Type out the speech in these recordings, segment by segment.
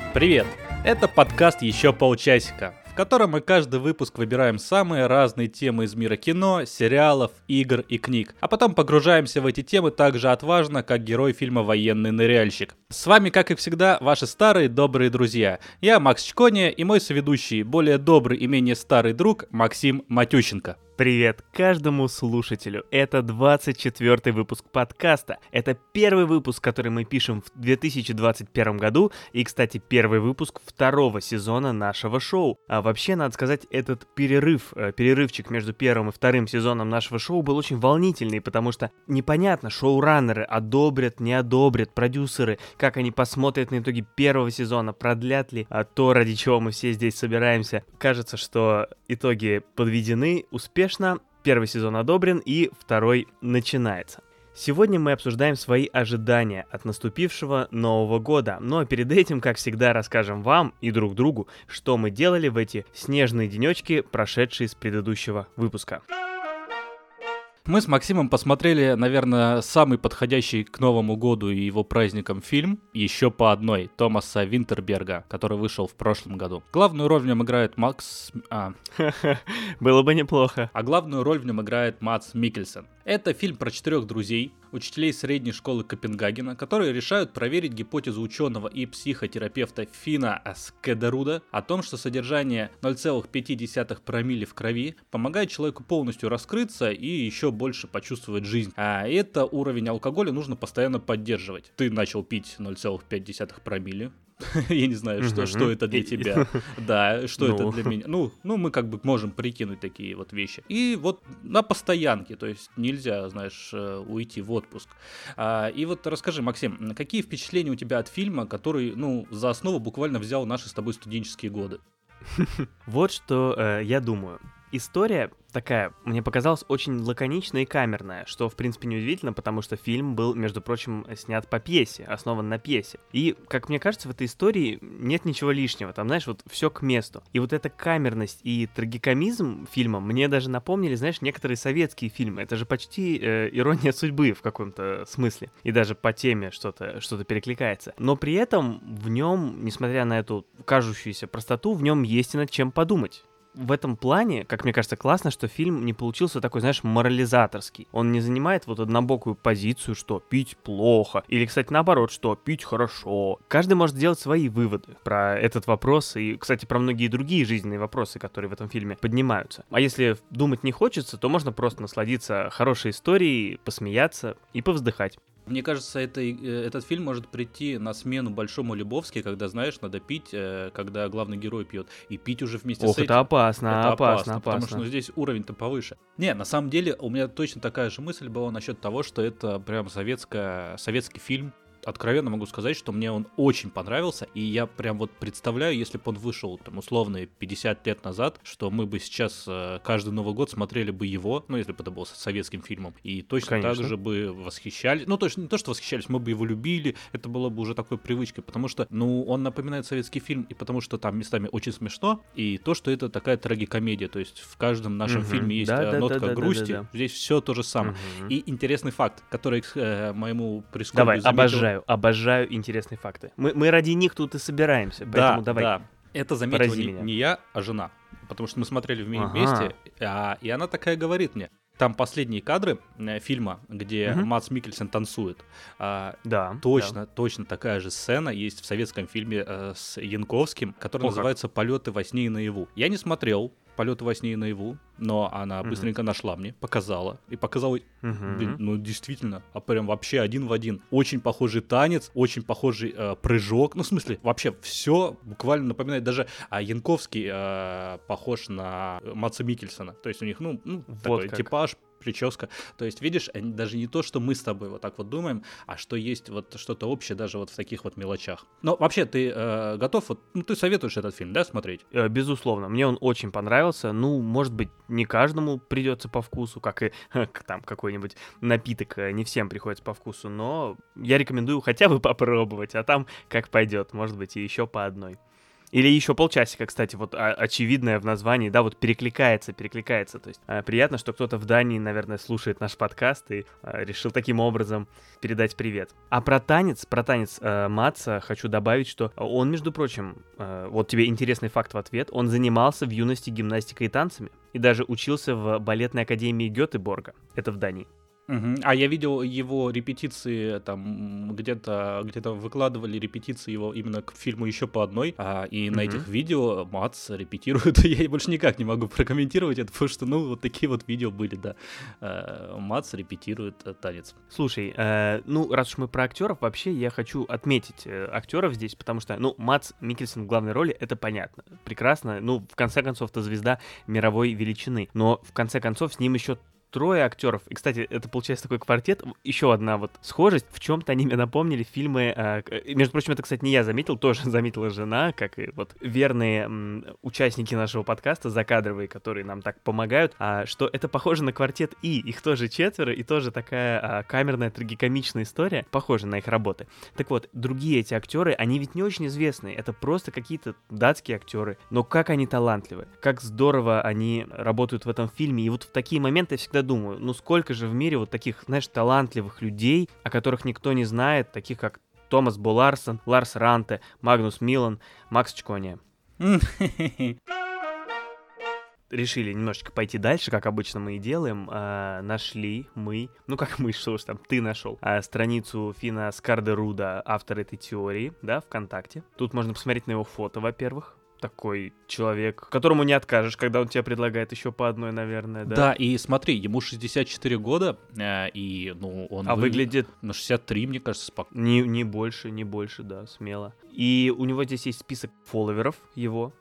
Привет! Это подкаст «Еще полчасика», в котором мы каждый выпуск выбираем самые разные темы из мира кино, сериалов, игр и книг, а потом погружаемся в эти темы так же отважно, как герой фильма «Военный ныряльщик». С вами, как и всегда, ваши старые добрые друзья. Я Макс Чкония и мой соведущий, более добрый и менее старый друг Максим Матющенко. Привет каждому слушателю. Это 24-й выпуск подкаста. Это первый выпуск, который мы пишем в 2021 году. И, кстати, первый выпуск второго сезона нашего шоу. А вообще, надо сказать, этот перерывчик между первым и вторым сезоном нашего шоу был очень волнительный, потому что непонятно, шоураннеры одобрят, не одобрят, продюсеры, как они посмотрят на итоги первого сезона, продлят ли то, ради чего мы все здесь собираемся. Кажется, что итоги подведены успешно. Первый сезон одобрен, и второй начинается. Сегодня мы обсуждаем свои ожидания от наступившего Нового года. Но перед этим, как всегда, расскажем вам и друг другу, что мы делали в эти снежные денечки, прошедшие с предыдущего выпуска. Мы с Максимом посмотрели, наверное, самый подходящий к Новому году и его праздникам фильм «Еще по одной» Томаса Винтерберга, который вышел в прошлом году. Главную роль в нем играет Было бы неплохо. А главную роль в нем играет Мадс Миккельсен. Это фильм про 4 друзей, учителей средней школы Копенгагена, которые решают проверить гипотезу ученого и психотерапевта Фина Скедеруда о том, что содержание 0,5 промилле в крови помогает человеку полностью раскрыться и еще больше почувствовать жизнь. А это уровень алкоголя нужно постоянно поддерживать. Ты начал пить 0,5 промилле. Я не знаю, что это для тебя. Да, что это для меня. Ну, мы как бы можем прикинуть такие вот вещи. И вот на постоянке, то есть нельзя, знаешь, уйти в отпуск. И вот расскажи, Максим, какие впечатления у тебя от фильма, который, за основу буквально взял наши с тобой студенческие годы? Вот что я думаю. История такая, мне показалась очень лаконичная и камерная, что, в принципе, неудивительно, потому что фильм был, между прочим, снят по пьесе, основан на пьесе. И, как мне кажется, в этой истории нет ничего лишнего, там, знаешь, вот все к месту. И вот эта камерность и трагикомизм фильма мне даже напомнили, знаешь, некоторые советские фильмы. Это же почти ирония судьбы в каком-то смысле. И даже по теме что-то перекликается. Но при этом в нем, несмотря на эту кажущуюся простоту, в нем есть и над чем подумать. В этом плане, как мне кажется, классно, что фильм не получился такой, знаешь, морализаторский. Он не занимает вот однобокую позицию, что пить плохо, или, кстати, наоборот, что пить хорошо. Каждый может делать свои выводы про этот вопрос и, кстати, про многие другие жизненные вопросы, которые в этом фильме поднимаются. А если думать не хочется, то можно просто насладиться хорошей историей, посмеяться и повздыхать. Мне кажется, этот фильм может прийти на смену Большому Лебовски, когда, знаешь, надо пить, когда главный герой пьет, и пить уже вместе с этим. Это опасно. Потому что здесь уровень-то повыше. Не, на самом деле, у меня точно такая же мысль была насчет того, что это прям советский фильм. Откровенно могу сказать, что мне он очень понравился, и я прям вот представляю, если бы он вышел, там, условные 50 лет назад, что мы бы сейчас каждый Новый год смотрели бы его, если бы это был советским фильмом, и точно так же бы восхищались, точно не то, что восхищались, мы бы его любили, это было бы уже такой привычкой, потому что, он напоминает советский фильм, и потому что там местами очень смешно, и то, что это такая трагикомедия, то есть в каждом нашем фильме есть нотка грусти, здесь все то же самое. И интересный факт, который к моему прискорбию заметил. Обожаю интересные факты. Мы ради них тут и собираемся, поэтому давай. Да. Это заметила не я, а жена. Потому что мы смотрели вместе, и она такая говорит мне. Там последние кадры фильма, где Мадс Миккельсен танцует. Точно такая же сцена есть в советском фильме с Янковским, который называется «Полеты во сне и наяву». Я не смотрел «Полеты во сне и наяву», но она быстренько нашла мне, показала. И показала, действительно, прям вообще один в один. Очень похожий танец, очень похожий прыжок. В смысле, вообще все буквально напоминает. Даже Янковский похож на Мадса Миккельсена. То есть у них, такой типаж, прическа. То есть, видишь, даже не то, что мы с тобой вот так вот думаем, а что есть вот что-то общее даже вот в таких вот мелочах. Но вообще ты готов, ты советуешь этот фильм, да, смотреть? Безусловно, мне он очень понравился. Может быть, не каждому придется по вкусу, как и там какой-нибудь напиток не всем приходится по вкусу, но я рекомендую хотя бы попробовать, а там как пойдет, может быть, и еще по одной. Или еще полчасика, кстати, вот очевидное в названии, да, вот перекликается. То есть приятно, что кто-то в Дании, наверное, слушает наш подкаст и решил таким образом передать привет. А про танец Матса хочу добавить, что он, между прочим, вот тебе интересный факт в ответ, он занимался в юности гимнастикой и танцами и даже учился в балетной академии Гетеборга, это в Дании. А я видел его репетиции, там где-то выкладывали репетиции его именно к фильму «Еще по одной», и на этих видео Мац репетирует, я больше никак не могу прокомментировать это, потому что, вот такие вот видео были, да. Мац репетирует танец. Слушай, раз уж мы про актеров, вообще я хочу отметить актеров здесь, потому что, Мац Миккельсен в главной роли, это понятно, прекрасно, в конце концов, это звезда мировой величины, но в конце концов с ним еще 3 актеров. И, кстати, это получается такой квартет. Еще одна вот схожесть. В чем-то они мне напомнили фильмы... Между прочим, это, кстати, не я заметил, тоже заметила жена, как и вот верные участники нашего подкаста, закадровые, которые нам так помогают, что это похоже на квартет И. Их тоже 4, и тоже такая камерная, трагикомичная история, похожа на их работы. Так вот, другие эти актеры, они ведь не очень известные. Это просто какие-то датские актеры. Но как они талантливы. Как здорово они работают в этом фильме. И вот в такие моменты я всегда думаю, сколько же в мире вот таких, знаешь, талантливых людей, о которых никто не знает, таких как Томас Бо Ларсен, Ларс Ранте, Магнус Милан, Макс Чкония. Решили немножечко пойти дальше, как обычно мы и делаем. Нашли мы, что уж там, ты нашел, страницу Фина Скардеруда, автора этой теории, да, ВКонтакте. Тут можно посмотреть на его фото, во-первых. Такой человек, которому не откажешь, когда он тебе предлагает еще по одной, наверное, да? Да, и смотри, ему 64 года, и, он выглядит... на 63, мне кажется, спокойно. Не больше, да, смело. И у него здесь есть список фолловеров его,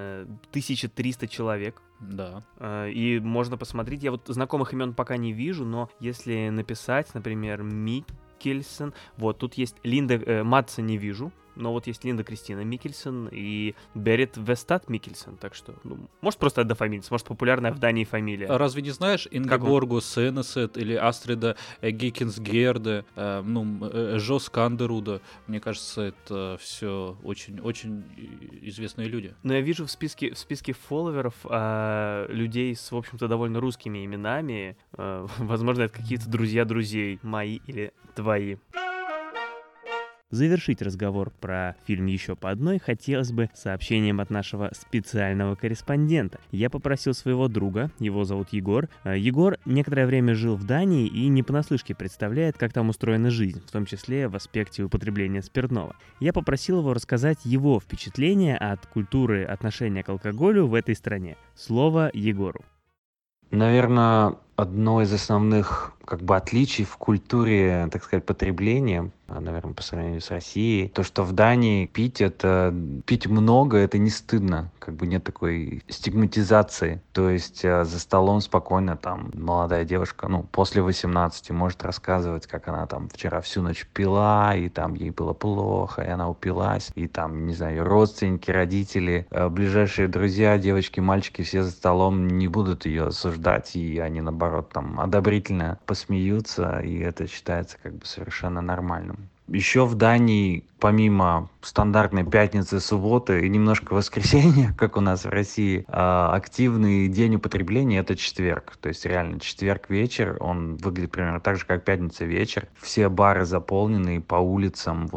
1300 человек. Да. И можно посмотреть, я вот знакомых имен пока не вижу, но если написать, например, Миккельсен, вот тут есть Матса не вижу, но вот есть Линда Кристина Миккельсен и Берит Вестат Миккельсен, так что, может просто однофамильец, может популярная в Дании фамилия. А разве не знаешь Ингеборгу Сенесет или Астрида Геккенсгерде, Жо Скандеруда? Мне кажется, это все очень-очень известные люди. Но я вижу в списке фолловеров людей с, в общем-то, довольно русскими именами. Возможно, это какие-то друзья друзей, мои или твои. Завершить разговор про фильм «Еще по одной» хотелось бы сообщением от нашего специального корреспондента. Я попросил своего друга, его зовут Егор. Егор некоторое время жил в Дании и не понаслышке представляет, как там устроена жизнь, в том числе в аспекте употребления спиртного. Я попросил его рассказать его впечатления от культуры отношения к алкоголю в этой стране. Слово Егору. Наверное, одно из основных отличий в культуре, так сказать, потребления, наверное, по сравнению с Россией, то, что в Дании пить много, это не стыдно, нет такой стигматизации. То есть за столом спокойно там молодая девушка, после 18 может рассказывать, как она там вчера всю ночь пила, и там ей было плохо, и она упилась, и там, не знаю, родственники, родители, ближайшие друзья, девочки, мальчики, все за столом не будут ее осуждать, и они, наоборот, там одобрительно посмеются, и это считается совершенно нормальным. Еще в Дании, помимо стандартной пятницы, субботы и немножко воскресенья, как у нас в России, активный день употребления — это четверг. То есть реально четверг вечер, он выглядит примерно так же, как пятница вечер. Все бары заполнены по улицам,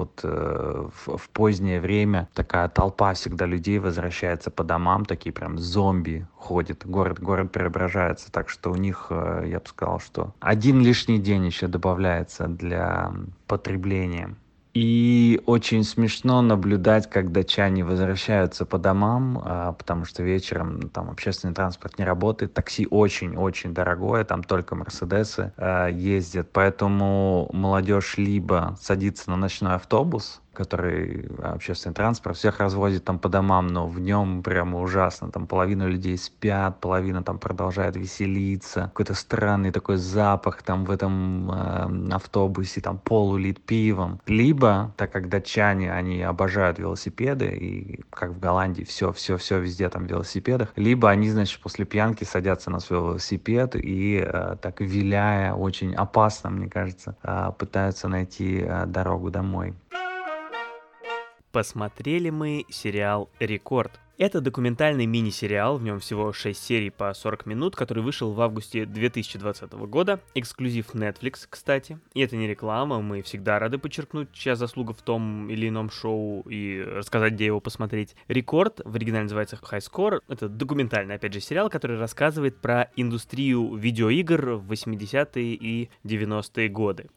в позднее время такая толпа всегда людей возвращается по домам, такие прям зомби ходят. Город преображается, так что у них, я бы сказал, что один лишний день еще добавляется для потребления. И очень смешно наблюдать, как датчане возвращаются по домам, потому что вечером там общественный транспорт не работает, такси очень-очень дорогое, там только мерседесы ездят, поэтому молодежь либо садится на ночной автобус, который общественный транспорт, всех развозит там по домам, но в нем прямо ужасно. Там половина людей спят, половина там продолжает веселиться. Какой-то странный такой запах там в этом автобусе, там пол улит пивом. Либо, так как датчане, они обожают велосипеды, и как в Голландии все везде там в велосипедах, либо они, значит, после пьянки садятся на свой велосипед и так виляя, очень опасно, мне кажется, пытаются найти дорогу домой. посмотрели мы сериал «Рекорд». Это документальный мини-сериал, в нем всего 6 серий по 40 минут, который вышел в августе 2020 года. Эксклюзив Netflix, кстати. И это не реклама, мы всегда рады подчеркнуть, чья заслуга в том или ином шоу и рассказать, где его посмотреть. «Рекорд» в оригинале называется «High Score». Это документальный, опять же, сериал, который рассказывает про индустрию видеоигр в 80-е и 90-е годы.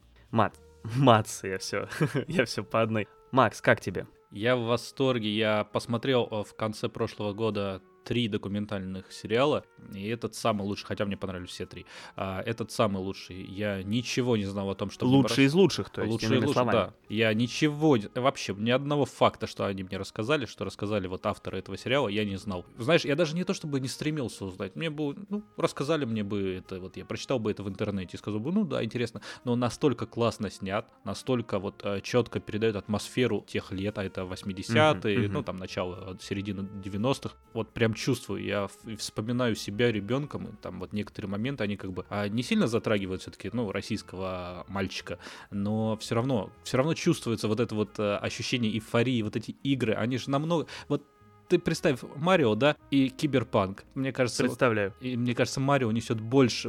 Мац, я все по одной. Макс, как тебе? Я в восторге. Я посмотрел в конце прошлого года 3 документальных сериала, и этот самый лучший, хотя мне понравились все 3. Этот самый лучший. Я ничего не знал о том, что... Лучший из лучших, то есть, лучший из лучших, да. Я ничего, вообще, ни одного факта, что они мне рассказали, что рассказали вот авторы этого сериала, я не знал. Знаешь, я даже не то, чтобы не стремился узнать. Мне бы, рассказали мне бы это, вот я прочитал бы это в интернете и сказал бы, да, интересно. Но настолько классно снят, настолько вот четко передает атмосферу тех лет, а это 80-е, там начало, середина 90-х. Вот прям чувствую, я вспоминаю себя ребенком, и там вот некоторые моменты, они как бы не сильно затрагивают все-таки, российского мальчика, но все равно чувствуется вот это вот ощущение эйфории, вот эти игры, они же намного... Вот ты представь, Марио, да, и Киберпанк. Мне кажется, представляю. И мне кажется, Марио несет больше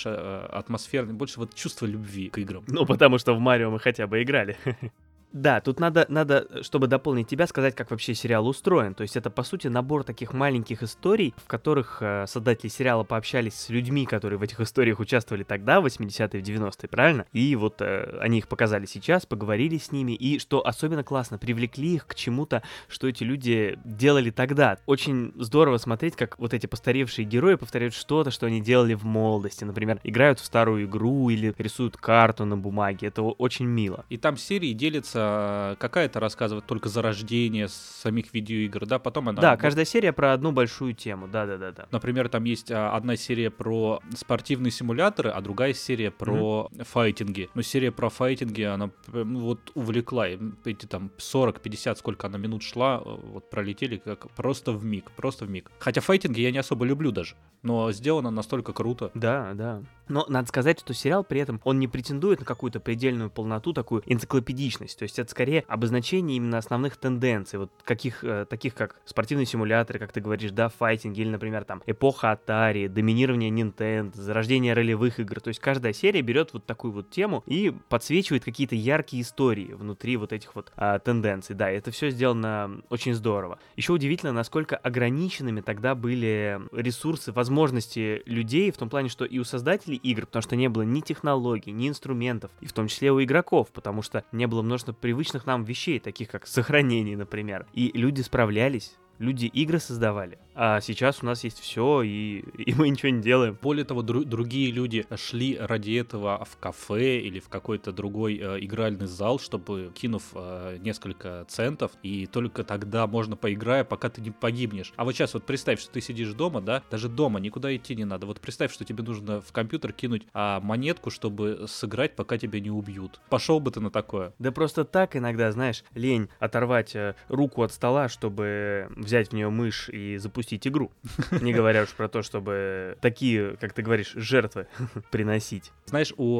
атмосферы, больше вот чувства любви к играм. Потому что в Марио мы хотя бы играли. Да, тут надо, чтобы дополнить тебя, сказать, как вообще сериал устроен. То есть это, по сути, набор таких маленьких историй, в которых создатели сериала пообщались с людьми, которые в этих историях участвовали тогда, в 80-е, в 90-е, правильно? И вот они их показали сейчас, поговорили с ними, и, что особенно классно, привлекли их к чему-то, что эти люди делали тогда. Очень здорово смотреть, как вот эти постаревшие герои повторяют что-то, что они делали в молодости. Например, играют в старую игру или рисуют карту на бумаге. Это очень мило. И там серии делятся, какая-то рассказывает только зарождение самих видеоигр, да, потом она... Да, каждая серия про одну большую тему, да. Например, там есть одна серия про спортивные симуляторы, а другая серия про файтинги. Но серия про файтинги, она вот увлекла. Эти там 40-50, сколько она минут шла, вот пролетели как просто в миг. Хотя файтинги я не особо люблю даже, но сделано настолько круто. Да. Но надо сказать, что сериал при этом, он не претендует на какую-то предельную полноту, такую энциклопедичность. То есть это скорее обозначение именно основных тенденций, вот таких как спортивные симуляторы, как ты говоришь, да, файтинг, или, например, там, эпоха Atari, доминирование Nintendo, зарождение ролевых игр. То есть каждая серия берет вот такую вот тему и подсвечивает какие-то яркие истории внутри вот этих вот тенденций. Да, это все сделано очень здорово. Еще удивительно, насколько ограниченными тогда были ресурсы, возможности людей, в том плане, что и у создателей игр, потому что не было ни технологий, ни инструментов, и в том числе у игроков, потому что не было множества привычных нам вещей, таких как сохранение, например. И люди справлялись. Люди игры создавали, а сейчас у нас есть все, и мы ничего не делаем. Более того, другие люди шли ради этого в кафе или в какой-то другой игральный зал, чтобы, кинув несколько центов, и только тогда можно поиграть, пока ты не погибнешь. А вот сейчас вот представь, что ты сидишь дома, да, даже дома никуда идти не надо. Вот представь, что тебе нужно в компьютер кинуть монетку, чтобы сыграть, пока тебя не убьют. Пошел бы ты на такое? Да просто так иногда, знаешь, лень оторвать руку от стола, чтобы взять в нее мышь и запустить игру. Не говоря уж про то, чтобы такие, как ты говоришь, жертвы приносить. Знаешь, у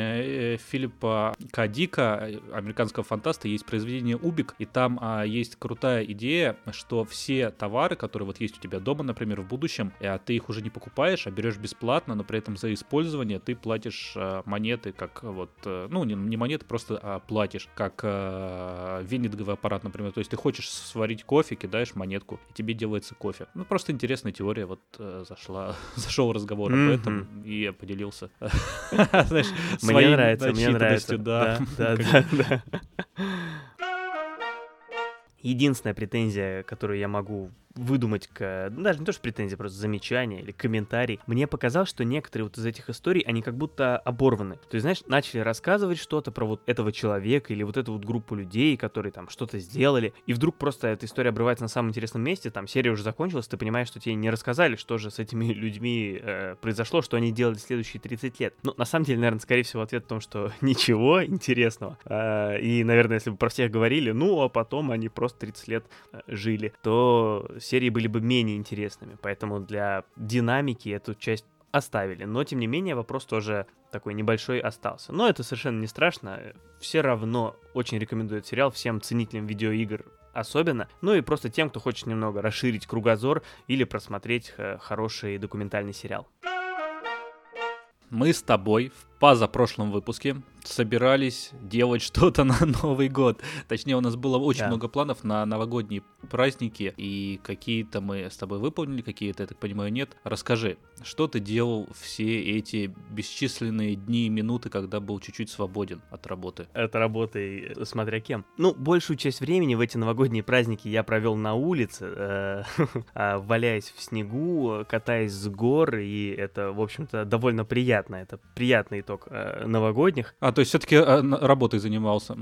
Филиппа К. Дика, американского фантаста, есть произведение «Убик», и там есть крутая идея, что все товары, которые вот есть у тебя дома, например, в будущем, ты их уже не покупаешь, а берешь бесплатно, но при этом за использование ты платишь монеты, как вот, не монеты, просто платишь, как венедговый аппарат, например. То есть ты хочешь сварить кофе, кидаешь монетку, и тебе делается кофе. Просто интересная теория, вот зашел разговор об этом, и я поделился. Знаешь, мне нравится. Да. Единственная претензия, которую я могу выдумать, даже не то, что претензия, просто замечание или комментарий, мне показалось, что некоторые вот из этих историй, они как будто оборваны. То есть, знаешь, начали рассказывать что-то про вот этого человека или вот эту вот группу людей, которые там что-то сделали, и вдруг просто эта история обрывается на самом интересном месте, там серия уже закончилась, ты понимаешь, что тебе не рассказали, что же с этими людьми произошло, что они делали следующие 30 лет. На самом деле, наверное, скорее всего, ответ в том, что ничего интересного. И, наверное, если бы про всех говорили, а потом они просто 30 лет жили, то серии были бы менее интересными, поэтому для динамики эту часть оставили, но тем не менее вопрос тоже такой небольшой остался. Но это совершенно не страшно, все равно очень рекомендую этот сериал всем ценителям видеоигр особенно, ну и просто тем, кто хочет немного расширить кругозор или просмотреть хороший документальный сериал. Мы с тобой в позапрошлом выпуске собирались делать что-то на Новый год. Точнее, у нас было очень много планов на новогодние праздники, и какие-то мы с тобой выполнили, какие-то, я так понимаю, нет. Расскажи, что ты делал все эти бесчисленные дни и минуты, когда был чуть-чуть свободен от работы? От работы, смотря кем. Ну, большую часть времени в эти новогодние праздники я провел на улице, валяясь в снегу, катаясь с гор, и это, в общем-то, довольно приятно. Это приятный итог новогодних. То есть все-таки работой занимался.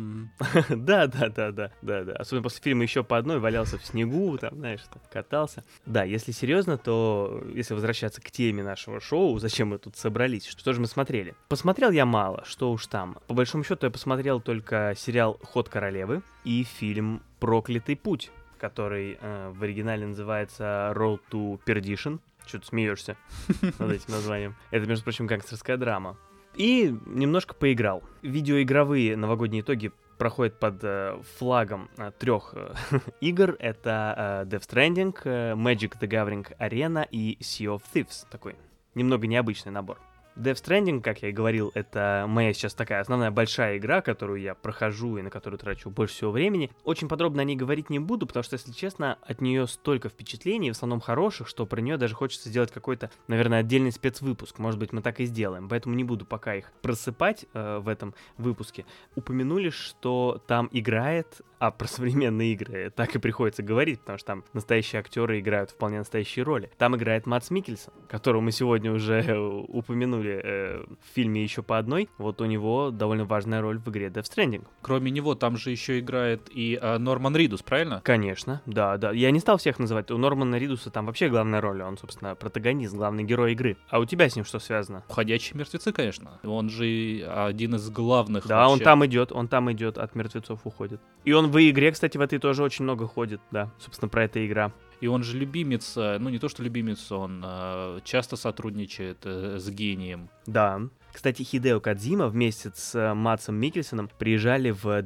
Да. Особенно после фильма «Еще по одной» валялся в снегу, там, знаешь, катался. Да, если серьезно, то если возвращаться к теме нашего шоу, зачем мы тут собрались, что же мы смотрели? Посмотрел я мало, что уж там. По большому счету я посмотрел только сериал «Ход королевы» и фильм «Проклятый путь», который в оригинале называется «Road to Perdition». Что ты смеешься над этим названием? Это, между прочим, гангстерская драма. И немножко поиграл. Видеоигровые новогодние итоги проходят под флагом 3 игр. Это Death Stranding, Magic the Gathering Arena и Sea of Thieves. Такой немного необычный набор. Death Stranding, как я и говорил, это моя сейчас такая основная большая игра, которую я прохожу и на которую трачу больше всего времени. Очень подробно о ней говорить не буду, потому что, если честно, от нее столько впечатлений, в основном хороших, что про нее даже хочется сделать какой-то, наверное, отдельный спецвыпуск. Может быть, мы так и сделаем, поэтому не буду пока их просыпать в этом выпуске. Упомянули, что там играет, про современные игры так и приходится говорить, потому что там настоящие актеры играют вполне настоящие роли. Там играет Мадс Миккельсен, которого мы сегодня уже упомянули в фильме «Еще по одной». Вот у него довольно важная роль в игре Death Stranding. Кроме него там же еще играет и Норман Ридус, правильно? Конечно, да. Я не стал всех называть. У Нормана Ридуса там вообще главная роль. Он, собственно, протагонист, главный герой игры. А у тебя с ним что связано? «Ходячие мертвецы», конечно. Он же один из главных. Да, вообще. он там идет, от мертвецов уходит. И он в игре, кстати, в этой тоже очень много ходит, да. Собственно, про это игра. И он же любимец, ну не то что любимец, он часто сотрудничает с гением. Да. Кстати, Хидео Кодзима вместе с Мадсом Миккельсеном приезжали в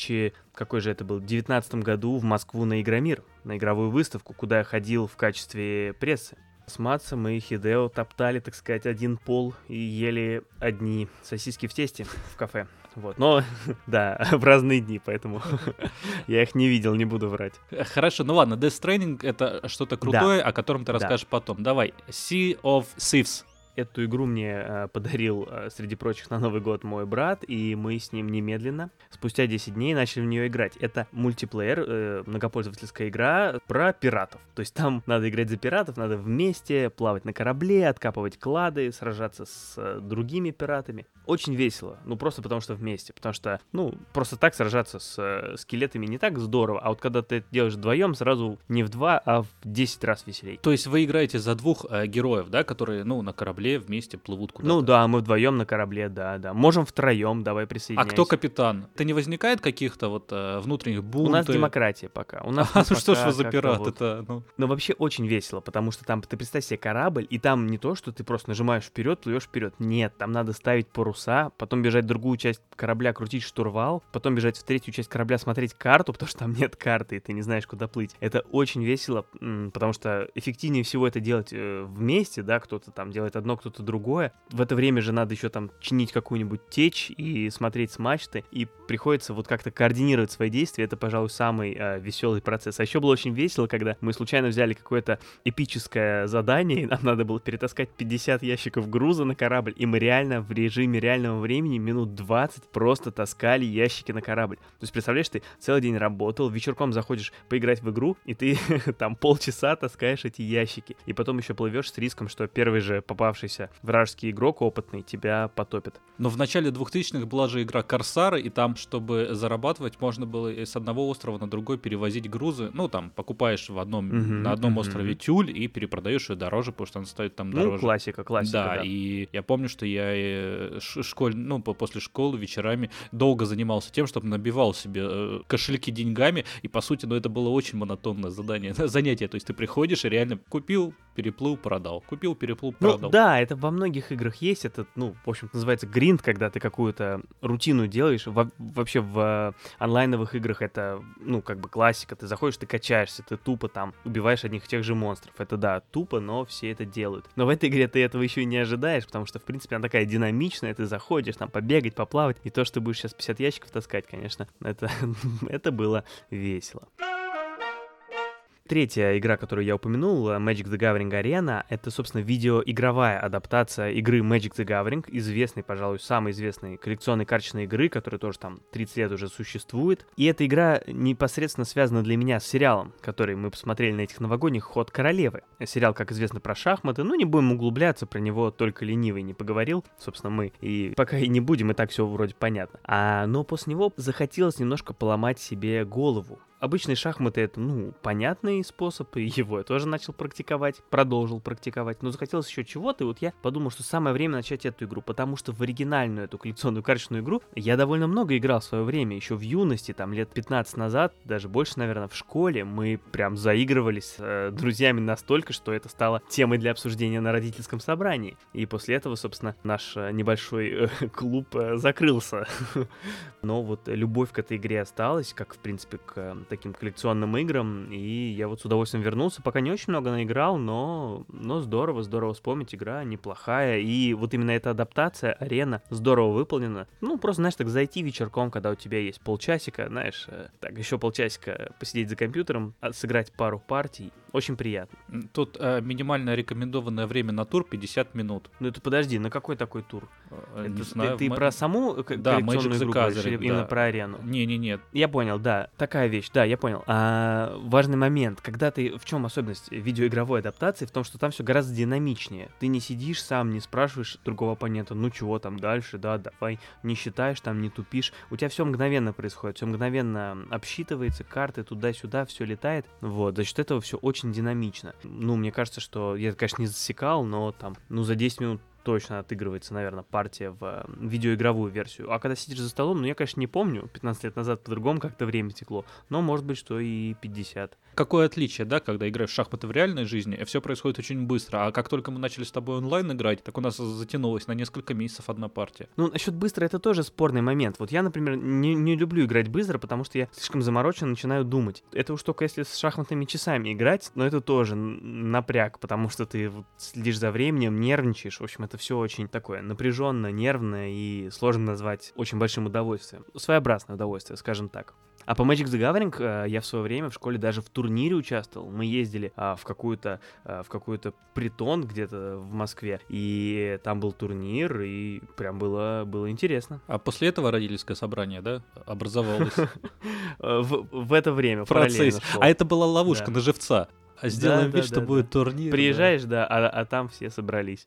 2019 году в Москву на Игромир, на игровую выставку, куда я ходил в качестве прессы. С Мадсом и Хидео топтали, так сказать, один пол и ели одни сосиски в тесте в кафе. Вот. Но, да, в разные дни, поэтому я их не видел, не буду врать. Хорошо, ну ладно, Death Stranding — это что-то крутое, о котором ты расскажешь потом. Давай, Sea of Thieves. Эту игру мне подарил, среди прочих, на Новый год мой брат, и мы с ним немедленно, спустя 10 дней, начали в нее играть. Это мультиплеер, многопользовательская игра про пиратов. То есть там надо играть за пиратов, надо вместе плавать на корабле, откапывать клады, сражаться с другими пиратами. Очень весело, ну просто потому что вместе, потому что, ну, просто так сражаться с скелетами не так здорово, а вот когда ты это делаешь вдвоем, сразу не в 2, а в 10 раз веселей. То есть вы играете за 2 героев, да, которые, ну, на корабле вместе плывут куда-то? Ну да, мы вдвоем на корабле, да. Можем втроем, давай присоединяйся. А кто капитан? Это не возникает каких-то вот внутренних бунтов? У нас демократия пока. Ну что ж вы за пират? Это, Но вообще очень весело, потому что там, ты представь себе корабль, и там не то, что ты просто нажимаешь вперед, плывешь вперед. Нет, там надо ставить паруса, потом бежать в другую часть корабля, крутить штурвал, потом бежать в третью часть корабля, смотреть карту, потому что там нет карты, и ты не знаешь, куда плыть. Это очень весело, потому что эффективнее всего это делать вместе, да, кто-то там делает одно, кто-то другое. В это время же надо еще там чинить какую-нибудь течь и смотреть с мачты, и приходится вот как-то координировать свои действия. Это, пожалуй, самый веселый процесс. А еще было очень весело, когда мы случайно взяли какое-то эпическое задание, и нам надо было перетаскать 50 ящиков груза на корабль, и мы реально в режиме реального времени минут 20 просто таскали ящики на корабль. То есть, представляешь, ты целый день работал, вечерком заходишь поиграть в игру, и ты там полчаса таскаешь эти ящики, и потом еще плывешь с риском, что первый же попавшийся вражеский игрок опытный тебя потопит. Но в начале 2000-х была же игра Корсары, и там, чтобы зарабатывать, можно было с одного острова на другой перевозить грузы. Ну, там, покупаешь на одном острове тюль и перепродаешь ее дороже, потому что она стоит там дороже. Ну, классика. Да, и я помню, что я после школы вечерами долго занимался тем, чтобы набивал себе кошельки деньгами, и, по сути, это было очень монотонное занятие. То есть ты приходишь и реально купил, переплыл, продал. Купил, переплыл, продал. Да, это во многих играх есть. Это, в общем-то, называется гринд, когда ты какую-то рутину делаешь. Вообще в онлайновых играх это, как бы классика. Ты заходишь, ты качаешься, ты тупо там убиваешь одних и тех же монстров. Это, да, тупо, но все это делают. Но в этой игре ты этого еще и не ожидаешь, потому что, в принципе, она такая динамичная. Ты заходишь, там, побегать, поплавать. И то, что ты будешь сейчас 50 ящиков таскать, конечно, это было весело. Третья игра, которую я упомянул, Magic the Gathering Arena, это, собственно, видеоигровая адаптация игры Magic the Gathering, известной, пожалуй, самой известной коллекционной карточной игры, которая тоже там 30 лет уже существует. И эта игра непосредственно связана для меня с сериалом, который мы посмотрели на этих новогодних, «Ход королевы». Сериал, как известно, про шахматы, не будем углубляться, про него только ленивый не поговорил, собственно, мы. И пока и не будем, и так все вроде понятно. Но после него захотелось немножко поломать себе голову. Обычные шахматы — это, понятный способ, и его я тоже начал практиковать, продолжил практиковать, но захотелось еще чего-то, и вот я подумал, что самое время начать эту игру, потому что в оригинальную эту коллекционную карточную игру я довольно много играл в свое время, еще в юности, там лет 15 назад, даже больше, наверное, в школе, мы прям заигрывались с друзьями настолько, что это стало темой для обсуждения на родительском собрании, и после этого, собственно, наш небольшой клуб закрылся. Но вот любовь к этой игре осталась, как, в принципе, к таким коллекционным играм, и я вот с удовольствием вернулся, пока не очень много наиграл, но здорово вспомнить, игра неплохая, и вот именно эта адаптация, арена, здорово выполнена. Просто, знаешь, так зайти вечерком, когда у тебя есть полчасика, знаешь, так, еще полчасика посидеть за компьютером, сыграть пару партий, очень приятно. Тут минимальное рекомендованное время на тур 50 минут. Это подожди, на какой такой тур? Не знаю. Ты про саму коллекционную игру говоришь, или именно про арену? Не. Я понял, да, такая вещь, да, я понял. Важный момент, когда ты, в чем особенность видеоигровой адаптации, в том, что там все гораздо динамичнее. Ты не сидишь сам, не спрашиваешь другого оппонента, чего там дальше, да, давай, не считаешь, там не тупишь. У тебя все мгновенно происходит, все мгновенно обсчитывается, карты туда-сюда, все летает. Вот, за счет этого все очень динамично. Мне кажется, что я, конечно, не засекал, но там, за 10 минут точно отыгрывается, наверное, партия в видеоигровую версию. А когда сидишь за столом, я, конечно, не помню, 15 лет назад по-другому как-то время текло, но может быть, что и 50. Какое отличие, да, когда играешь в шахматы в реальной жизни, все происходит очень быстро, а как только мы начали с тобой онлайн играть, так у нас затянулась на несколько месяцев одна партия. Насчет быстро это тоже спорный момент. Вот я, например, не люблю играть быстро, потому что я слишком заморочен, начинаю думать. Это уж только если с шахматными часами играть, но это тоже напряг, потому что ты следишь за временем, нервничаешь, в общем, это все очень такое напряженно, нервное и сложно назвать очень большим удовольствием. Своеобразное удовольствие, скажем так. А по Magic the Gathering я в свое время в школе даже в турнире участвовал. Мы ездили в какой-то притон где-то в Москве, и там был турнир, и прям было интересно. А после этого родительское собрание, да, образовалось? В это время. В процессе. А это была ловушка на живца. Сделаем вид, что будет турнир. Приезжаешь, да, а там все собрались.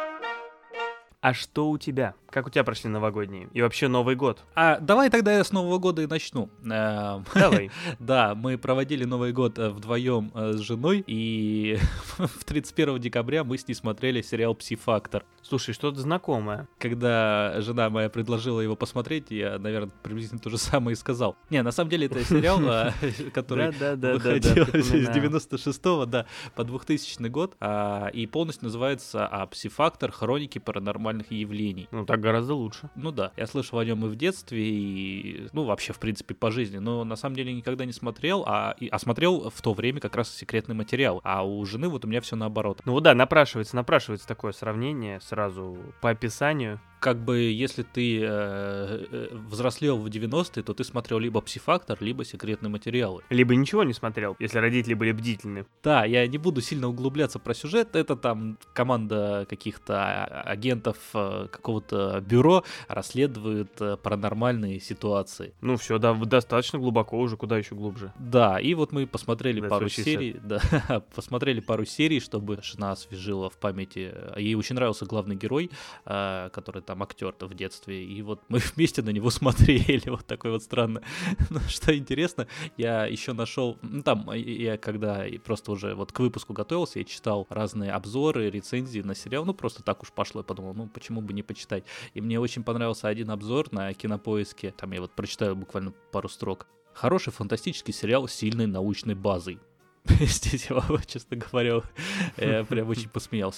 А что у тебя? Как у тебя прошли новогодние? И вообще Новый год? Давай тогда я с Нового года и начну. Давай. Да, мы проводили Новый год вдвоем с женой, и в 31 декабря мы с ней смотрели сериал «Пси-фактор». Слушай, что-то знакомое. Когда жена моя предложила его посмотреть, я, наверное, приблизительно то же самое и сказал. Не, на самом деле это сериал, который выходил с 96-го, да, по 2000 год, и полностью называется «Пси-фактор. Хроники паранормальных явлений». Так гораздо лучше. Да, я слышал о нем и в детстве, и, вообще, в принципе, по жизни, но на самом деле никогда не смотрел, а смотрел в то время как раз секретный материал, а у жены вот у меня все наоборот. Да, напрашивается такое сравнение сразу по описанию. Как бы, если ты взрослел в 90-е, то ты смотрел либо «Пси-фактор», либо «Секретные материалы». Либо ничего не смотрел, если родители были бдительны. Да, я не буду сильно углубляться про сюжет. Это там команда каких-то агентов какого-то бюро расследует паранормальные ситуации. Все, да, достаточно глубоко уже, куда еще глубже. Да, и вот мы посмотрели пару серий. Да, посмотрели пару серий, чтобы жена освежила в памяти. Ей очень нравился главный герой, который там актер-то в детстве, и вот мы вместе на него смотрели, вот такой вот странно. Но что интересно, я еще нашел, я когда просто уже вот к выпуску готовился, я читал разные обзоры, рецензии на сериал, просто так уж пошло, я подумал, почему бы не почитать. И мне очень понравился один обзор на Кинопоиске, там я вот прочитаю буквально пару строк. Хороший фантастический сериал с сильной научной базой. Здесь я, честно говоря, я прям очень посмеялся.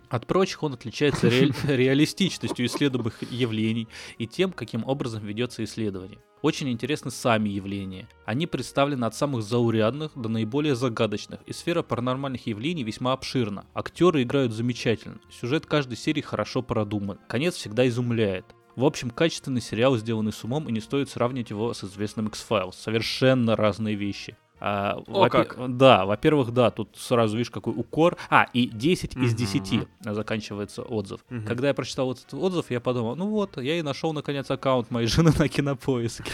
От прочих он отличается реалистичностью исследуемых явлений и тем, каким образом ведется исследование. Очень интересны сами явления. Они представлены от самых заурядных до наиболее загадочных, и сфера паранормальных явлений весьма обширна. Актеры играют замечательно, сюжет каждой серии хорошо продуман, конец всегда изумляет. В общем, качественный сериал, сделанный с умом, и не стоит сравнивать его с известным X-Files. Совершенно разные вещи. Как? Да, во-первых, да, тут сразу видишь, какой укор. И 10 из 10 заканчивается отзыв. Когда я прочитал этот отзыв, я подумал, ну вот, я и нашел наконец аккаунт моей жены на Кинопоиске.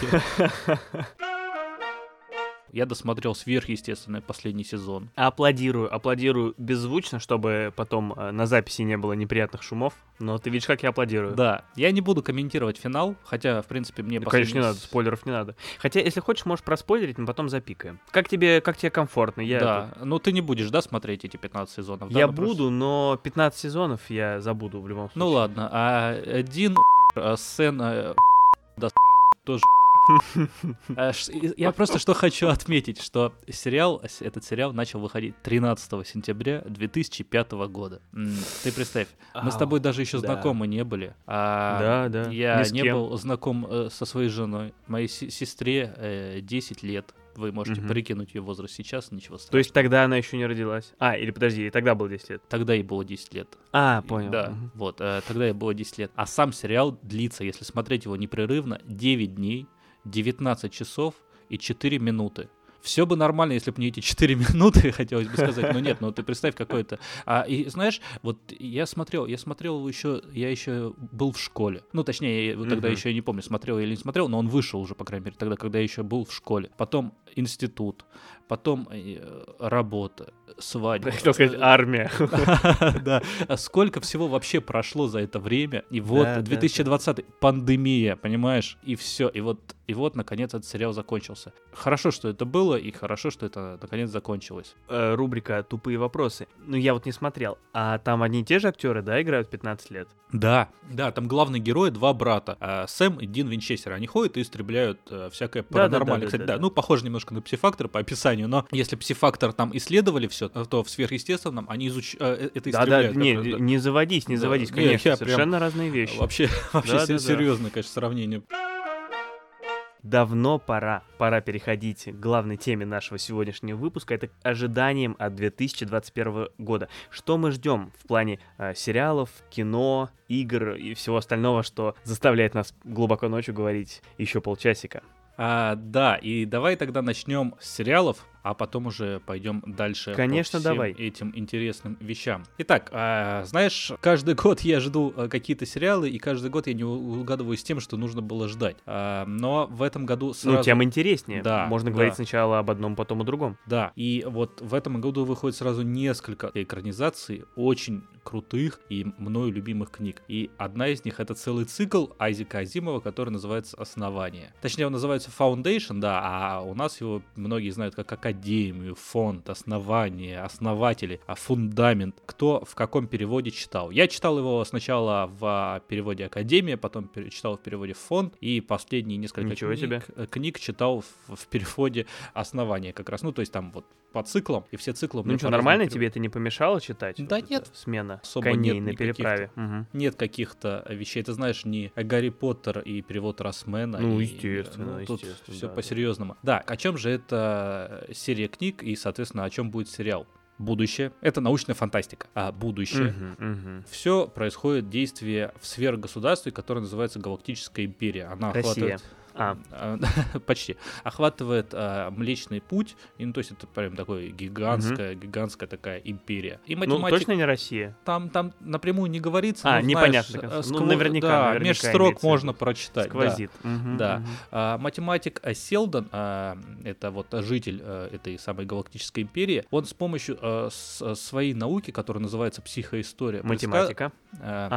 Я досмотрел «Сверхъестественное» последний сезон. Аплодирую беззвучно, чтобы потом на записи не было неприятных шумов. Но ты видишь, как я аплодирую. Да, я не буду комментировать финал, хотя, в принципе, мне Конечно, не надо, спойлеров не надо. Хотя, если хочешь, можешь проспойлерить, но потом запикаем. Как тебе комфортно? Ну ты не будешь, да, смотреть эти 15 сезонов? Я буду, но 15 сезонов я забуду в любом случае. Ну ладно, один сцена тоже. Я просто что хочу отметить, что этот сериал начал выходить 13 сентября 2005 года. Ты представь, мы с тобой даже еще знакомы не были. Да. Я не был знаком со своей женой. Моей сестре 10 лет. Вы можете прикинуть ее возраст сейчас, ничего страшного. То есть тогда она еще не родилась? Или подожди, тогда было 10 лет? Тогда ей было 10 лет. Понял. Да, вот, тогда ей было 10 лет. А сам сериал длится, если смотреть его непрерывно, 9 дней, 19 часов и 4 минуты. Все бы нормально, если бы не эти 4 минуты, хотелось бы сказать, но нет, ты представь какой-то... И знаешь, вот я смотрел его еще, я еще был в школе. Точнее, я тогда еще я не помню, смотрел я или не смотрел, но он вышел уже, по крайней мере, тогда, когда я еще был в школе. Потом институт, потом работа, свадьба. Я хотел сказать, армия. Да, сколько всего вообще прошло за это время, и вот 2020 пандемия, понимаешь, и все, и вот, наконец, этот сериал закончился. Хорошо, что это было, и хорошо, что это, наконец, закончилось. Рубрика «Тупые вопросы». Я вот не смотрел. А там одни и те же актеры, да, играют 15 лет? Да, там главные герои, 2 брата. Сэм и Дин Винчестер. Они ходят и истребляют всякое паранормальное. Кстати, да, похоже немножко на Псифактор по описанию, но если Псифактор там исследовали все, то в Сверхъестественном они это истребляют. Да, не заводись, конечно, совершенно разные вещи. Вообще серьезное, конечно, сравнение. Давно пора переходить к главной теме нашего сегодняшнего выпуска. Это ожиданиям от 2021 года. Что мы ждем в плане сериалов, кино, игр и всего остального, что заставляет нас глубоко ночью говорить еще полчасика. Да, и давай тогда начнем с сериалов, а потом уже пойдем дальше. Конечно, по всем этим интересным вещам. Итак, знаешь, каждый год я жду какие-то сериалы, и каждый год я не угадываю с тем, что нужно было ждать. Но в этом году сразу... тем интереснее. Да, можно говорить сначала об одном, потом о другом. Да, и вот в этом году выходит сразу несколько экранизаций очень крутых и мною любимых книг. И одна из них — это целый цикл Айзека Азимова, который называется «Основание». Точнее, он называется Foundation, да, а у нас его многие знают как Академию, фонд, основание, основатели, фундамент. Кто в каком переводе читал? Я читал его сначала в переводе Академия, потом читал в переводе фонд, и последние несколько книг читал в переводе Основание как раз. То есть там вот по циклам, и все циклы... нормально тебе это не помешало читать? Да нет. Смена особо коней нет на переправе. Нет каких-то вещей. Ты знаешь, не Гарри Поттер и перевод Росмена. Естественно. Тут все по-серьезному. Да, о чем же это серия книг и, соответственно, о чем будет сериал? Будущее. Это научная фантастика. Будущее. Все происходит, действие в сверхгосударстве, которое называется Галактическая империя. Она охватывает... Почти. Охватывает Млечный Путь, то есть это прям такой гигантская такая империя. И математика... точно не Россия? Там напрямую не говорится. Непонятно. Наверняка. Меж строк можно прочитать. Сквозит. Да. Математик Селдон, это вот житель этой самой Галактической империи, он с помощью своей науки, которая называется психоистория... Математика.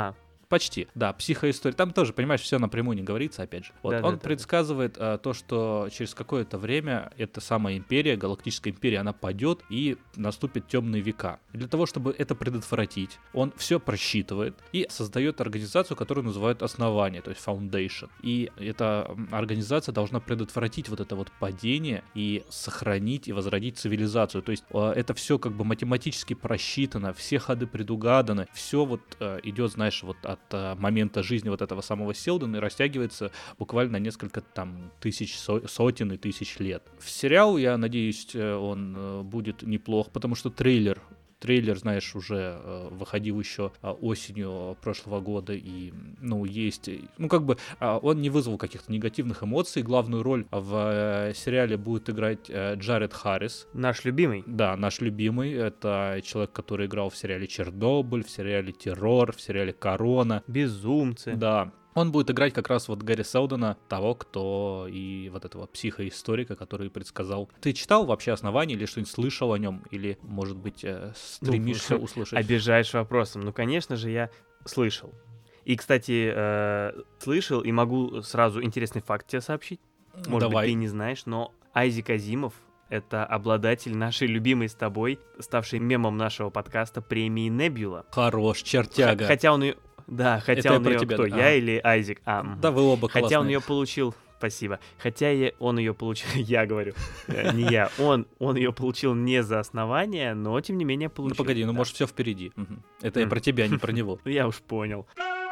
Почти, да, психоистория. Там тоже, понимаешь, все напрямую не говорится, опять же. Вот, он предсказывает то, что через какое-то время эта самая империя, галактическая империя, она падет и наступит темные века. И для того, чтобы это предотвратить, он все просчитывает и создает организацию, которую называют основание, то есть Foundation. И эта организация должна предотвратить вот это вот падение и сохранить и возродить цивилизацию. То есть это все как бы математически просчитано, все ходы предугаданы, все вот идет, знаешь, вот от момента жизни вот этого самого Селдона и растягивается буквально на несколько там тысяч, сотен и тысяч лет. В сериал, я надеюсь, он будет неплох, потому что трейлер, знаешь, уже выходил еще осенью прошлого года, и, есть, он не вызвал каких-то негативных эмоций. Главную роль в сериале будет играть Джаред Харрис. Наш любимый. Да, наш любимый. Это человек, который играл в сериале «Чернобыль», в сериале «Террор», в сериале «Корона». «Безумцы». Да. Он будет играть как раз вот Гарри Селдона, того, кто и вот этого психоисторика, который предсказал. Ты читал вообще «Основание» или что-нибудь слышал о нем? Или, может быть, стремишься услышать? Обижаешь вопросом. Конечно же, я слышал. И, кстати, слышал, и могу сразу интересный факт тебе сообщить. Может быть, ты не знаешь, но Айзек Азимов — это обладатель нашей любимой с тобой, ставшей мемом нашего подкаста, премии Небюла. Хорош, чертяга. Хотя он ее... Да, хотя это он ее... тебя, кто, я или Айзек? Да, вы оба классные. Хотя он ее получил... Спасибо. Хотя он ее получил... Я говорю, не я. Он ее получил не за «Основание», но, тем не менее, получил. Погоди, может, все впереди. Это я про тебя, не про него. Я уж понял.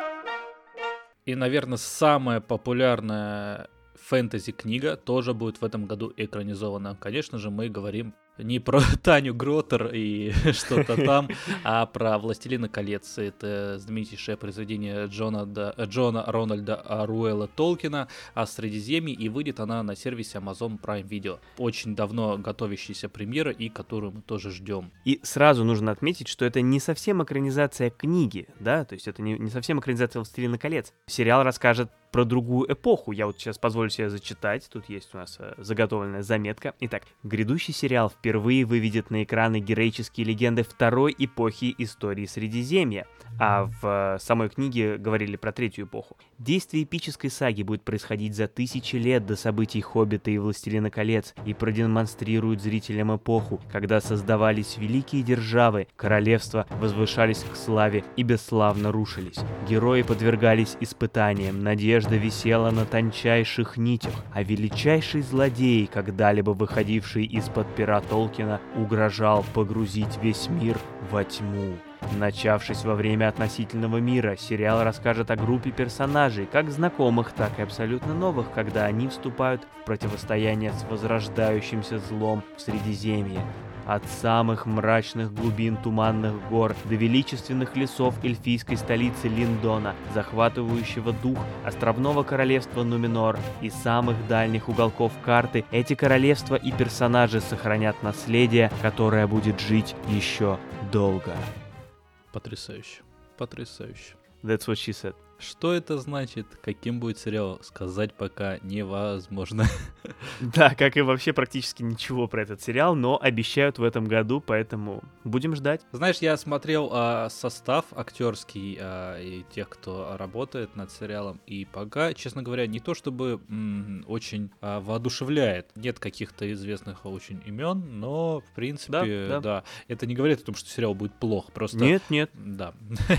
И, наверное, самая популярная фэнтези-книга тоже будет в этом году экранизована. Конечно же, мы говорим не про Таню Гротер и что-то там, а про «Властелина колец». Это знаменитейшее произведение Джона Рональда Руэлла Толкина о Средиземье, и выйдет она на сервисе Amazon Prime Video. Очень давно готовящаяся премьера, и которую мы тоже ждем. И сразу нужно отметить, что это не совсем экранизация книги, да, то есть это не совсем экранизация «Властелина колец». Сериал расскажет про другую эпоху. Я вот сейчас позволю себе зачитать. Тут есть у нас заготовленная заметка. Итак, грядущий сериал впервые выведет на экраны героические легенды второй эпохи истории Средиземья. А в самой книге говорили про третью эпоху. Действие эпической саги будет происходить за 1000 лет до событий «Хоббита» и «Властелина колец» и продемонстрирует зрителям эпоху, когда создавались великие державы, королевства возвышались к славе и бесславно рушились. Герои подвергались испытаниям, надежда висела на тончайших нитях, а величайший злодей, когда-либо выходивший из-под пера Толкина, угрожал погрузить весь мир во тьму. Начавшись во время относительного мира, сериал расскажет о группе персонажей, как знакомых, так и абсолютно новых, когда они вступают в противостояние с возрождающимся злом в Средиземье. От самых мрачных глубин туманных гор до величественных лесов эльфийской столицы Линдона, захватывающего дух островного королевства Нуменор и самых дальних уголков карты, эти королевства и персонажи сохранят наследие, которое будет жить еще долго. Потрясающе. Потрясающе. That's what she said. Что это значит? Каким будет сериал? Сказать пока невозможно. Да, как и вообще практически ничего про этот сериал, но обещают в этом году, поэтому будем ждать. Знаешь, я смотрел состав актерский и тех, кто работает над сериалом, и пока, честно говоря, не то чтобы очень воодушевляет. Нет каких-то известных очень имен, но, в принципе, да. Это не говорит о том, что сериал будет плох. Просто... Нет. Да.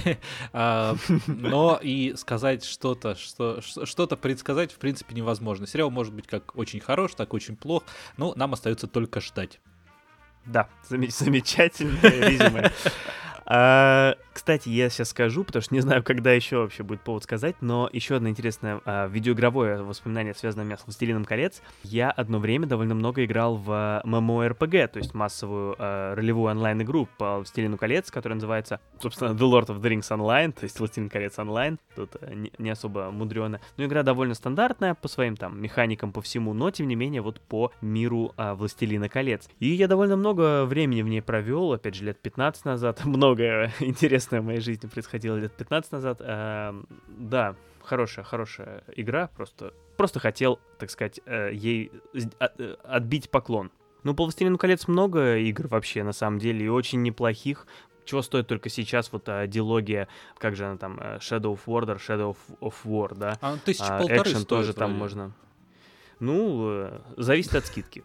Но и сказать что-то предсказать, в принципе, невозможно. Сериал может быть как очень хорош, так и очень плох, но нам остается только ждать. Да, замечательное резюме. Кстати, я сейчас скажу, потому что не знаю, когда еще вообще будет повод сказать, но еще одно интересное видеоигровое воспоминание, связанное с «Властелином колец». Я одно время довольно много играл в MMORPG, то есть массовую ролевую онлайн-игру по «Властелину колец», которая называется, собственно, The Lord of the Rings Online, то есть «Властелин колец онлайн». Тут не особо мудрено. Но игра довольно стандартная по своим там механикам, по всему, но, тем не менее, вот по миру «Властелина колец». И я довольно много времени в ней провел, опять же, лет 15 назад. Многое интересное в моей жизни происходило лет 15 назад. Да, хорошая игра, просто хотел, так сказать, ей отбить поклон. Ну, по «Властелину колец» много игр вообще, на самом деле, и очень неплохих. Чего стоит только сейчас вот дилогия, как же она там, Shadow of War, Shadow of War, да? 1500 экшен тоже там вроде. можно. Ну, зависит от скидки.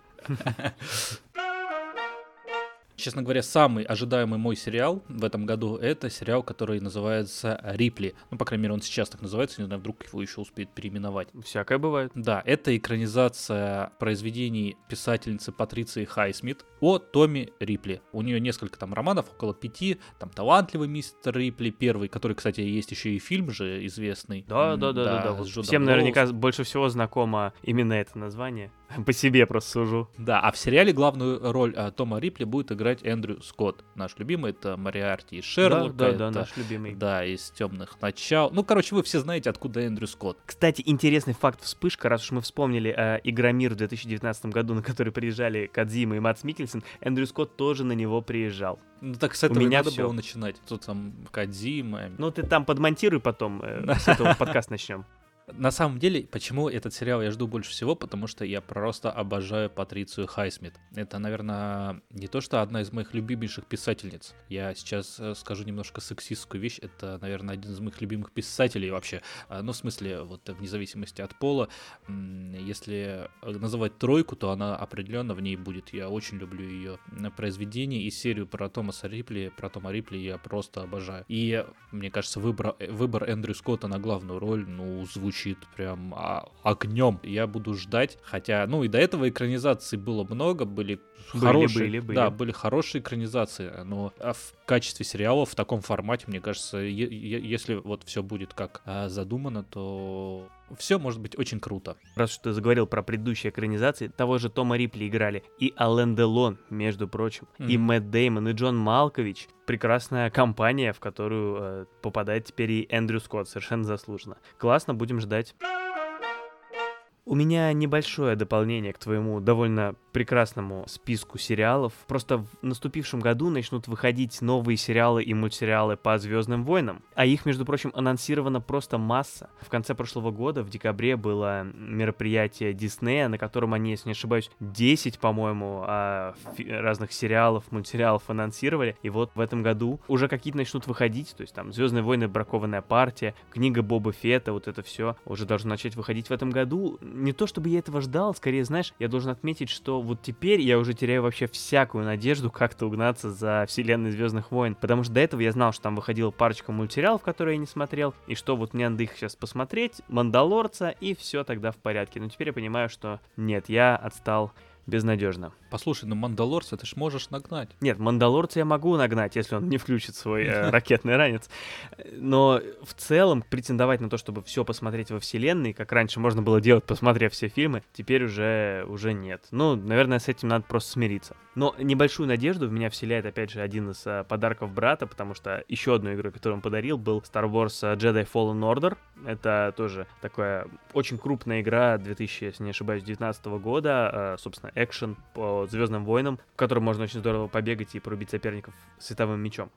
Честно говоря, самый ожидаемый мой сериал в этом году — это сериал, который называется «Рипли». Ну, по крайней мере, он сейчас так называется, не знаю, вдруг его еще успеют переименовать. Всякое бывает. Да, это экранизация произведений писательницы Патриции Хайсмит о Томе Рипли. У нее несколько там романов, около 5, там «Талантливый мистер Рипли», первый, который, кстати, есть еще и фильм же известный. Да. Вот всем наверняка больше всего знакомо именно это название. По себе просто сужу. Да, а в сериале главную роль Тома Рипли будет играть Эндрю Скотт. Наш любимый, это Мориарти из Шерлока. Да, наш любимый. Да, из «Темных начал». Ну, короче, вы все знаете, откуда Эндрю Скотт. Кстати, интересный факт «Вспышка», раз уж мы вспомнили «Игромир» в 2019 году, на который приезжали Кодзима и Мадс Миккельсен, Эндрю Скотт тоже на него приезжал. Ну так с этого и надо было начинать. Тут там Кодзима. Ну ты там подмонтируй потом, с этого подкаст начнем. На самом деле, почему этот сериал я жду больше всего? Потому что я просто обожаю Патрицию Хайсмит. Это, наверное, не то, что одна из моих любимейших писательниц. Я сейчас скажу немножко сексистскую вещь. Это, наверное, один из моих любимых писателей вообще. Ну, в смысле, вот вне зависимости от пола. Если называть тройку, то она определенно в ней будет. Я очень люблю ее произведения и серию про Тома Рипли я просто обожаю. И, мне кажется, выбор Эндрю Скотта на главную роль, ну, звучит прям огнем. Я буду ждать. Хотя, ну, и до этого экранизаций было много, были хорошие. Да, были хорошие экранизации. Но в качестве сериала в таком формате, мне кажется, если вот все будет как задумано, то все может быть очень круто. Раз уж ты заговорил про предыдущие экранизации, того же Тома Рипли играли и Ален Делон, между прочим, и Мэтт Дэймон, и Джон Малкович. Прекрасная компания, в которую попадает теперь и Эндрю Скотт, совершенно заслуженно. Классно, будем ждать. У меня небольшое дополнение к твоему довольно прекрасному списку сериалов. Просто в наступившем году начнут выходить новые сериалы и мультсериалы по «Звездным войнам». А их, между прочим, анонсировано просто масса. В конце прошлого года, в декабре, было мероприятие Диснея, на котором они, если не ошибаюсь, 10, по-моему, разных сериалов, мультсериалов анонсировали. И вот в этом году уже какие-то начнут выходить. То есть там «Звездные войны. Бракованная партия», книга Боба Фетта, вот это все уже должно начать выходить в этом году. Не то чтобы я этого ждал, скорее, знаешь, я должен отметить, что вот теперь я уже теряю вообще всякую надежду как-то угнаться за вселенной «Звездных войн», потому что до этого я знал, что там выходила парочка мультсериалов, которые я не смотрел, и что вот мне надо их сейчас посмотреть, «Мандалорца», и все тогда в порядке. Но теперь я понимаю, что нет, я отстал безнадежно. Послушай, ну «Мандалорца» ты ж можешь нагнать. Нет, «Мандалорца» я могу нагнать, если он не включит свой ракетный ранец. Но в целом претендовать на то, чтобы все посмотреть во вселенной, как раньше можно было делать, посмотрев все фильмы, теперь уже нет. Ну, наверное, с этим надо просто смириться. Но небольшую надежду в меня вселяет, опять же, один из подарков брата, потому что еще одну игру, которую он подарил, был Star Wars Jedi Fallen Order. Это тоже такая очень крупная игра 2019 года, собственно, экшен по «Звездным войнам», в котором можно очень здорово побегать и порубить соперников световым мечом.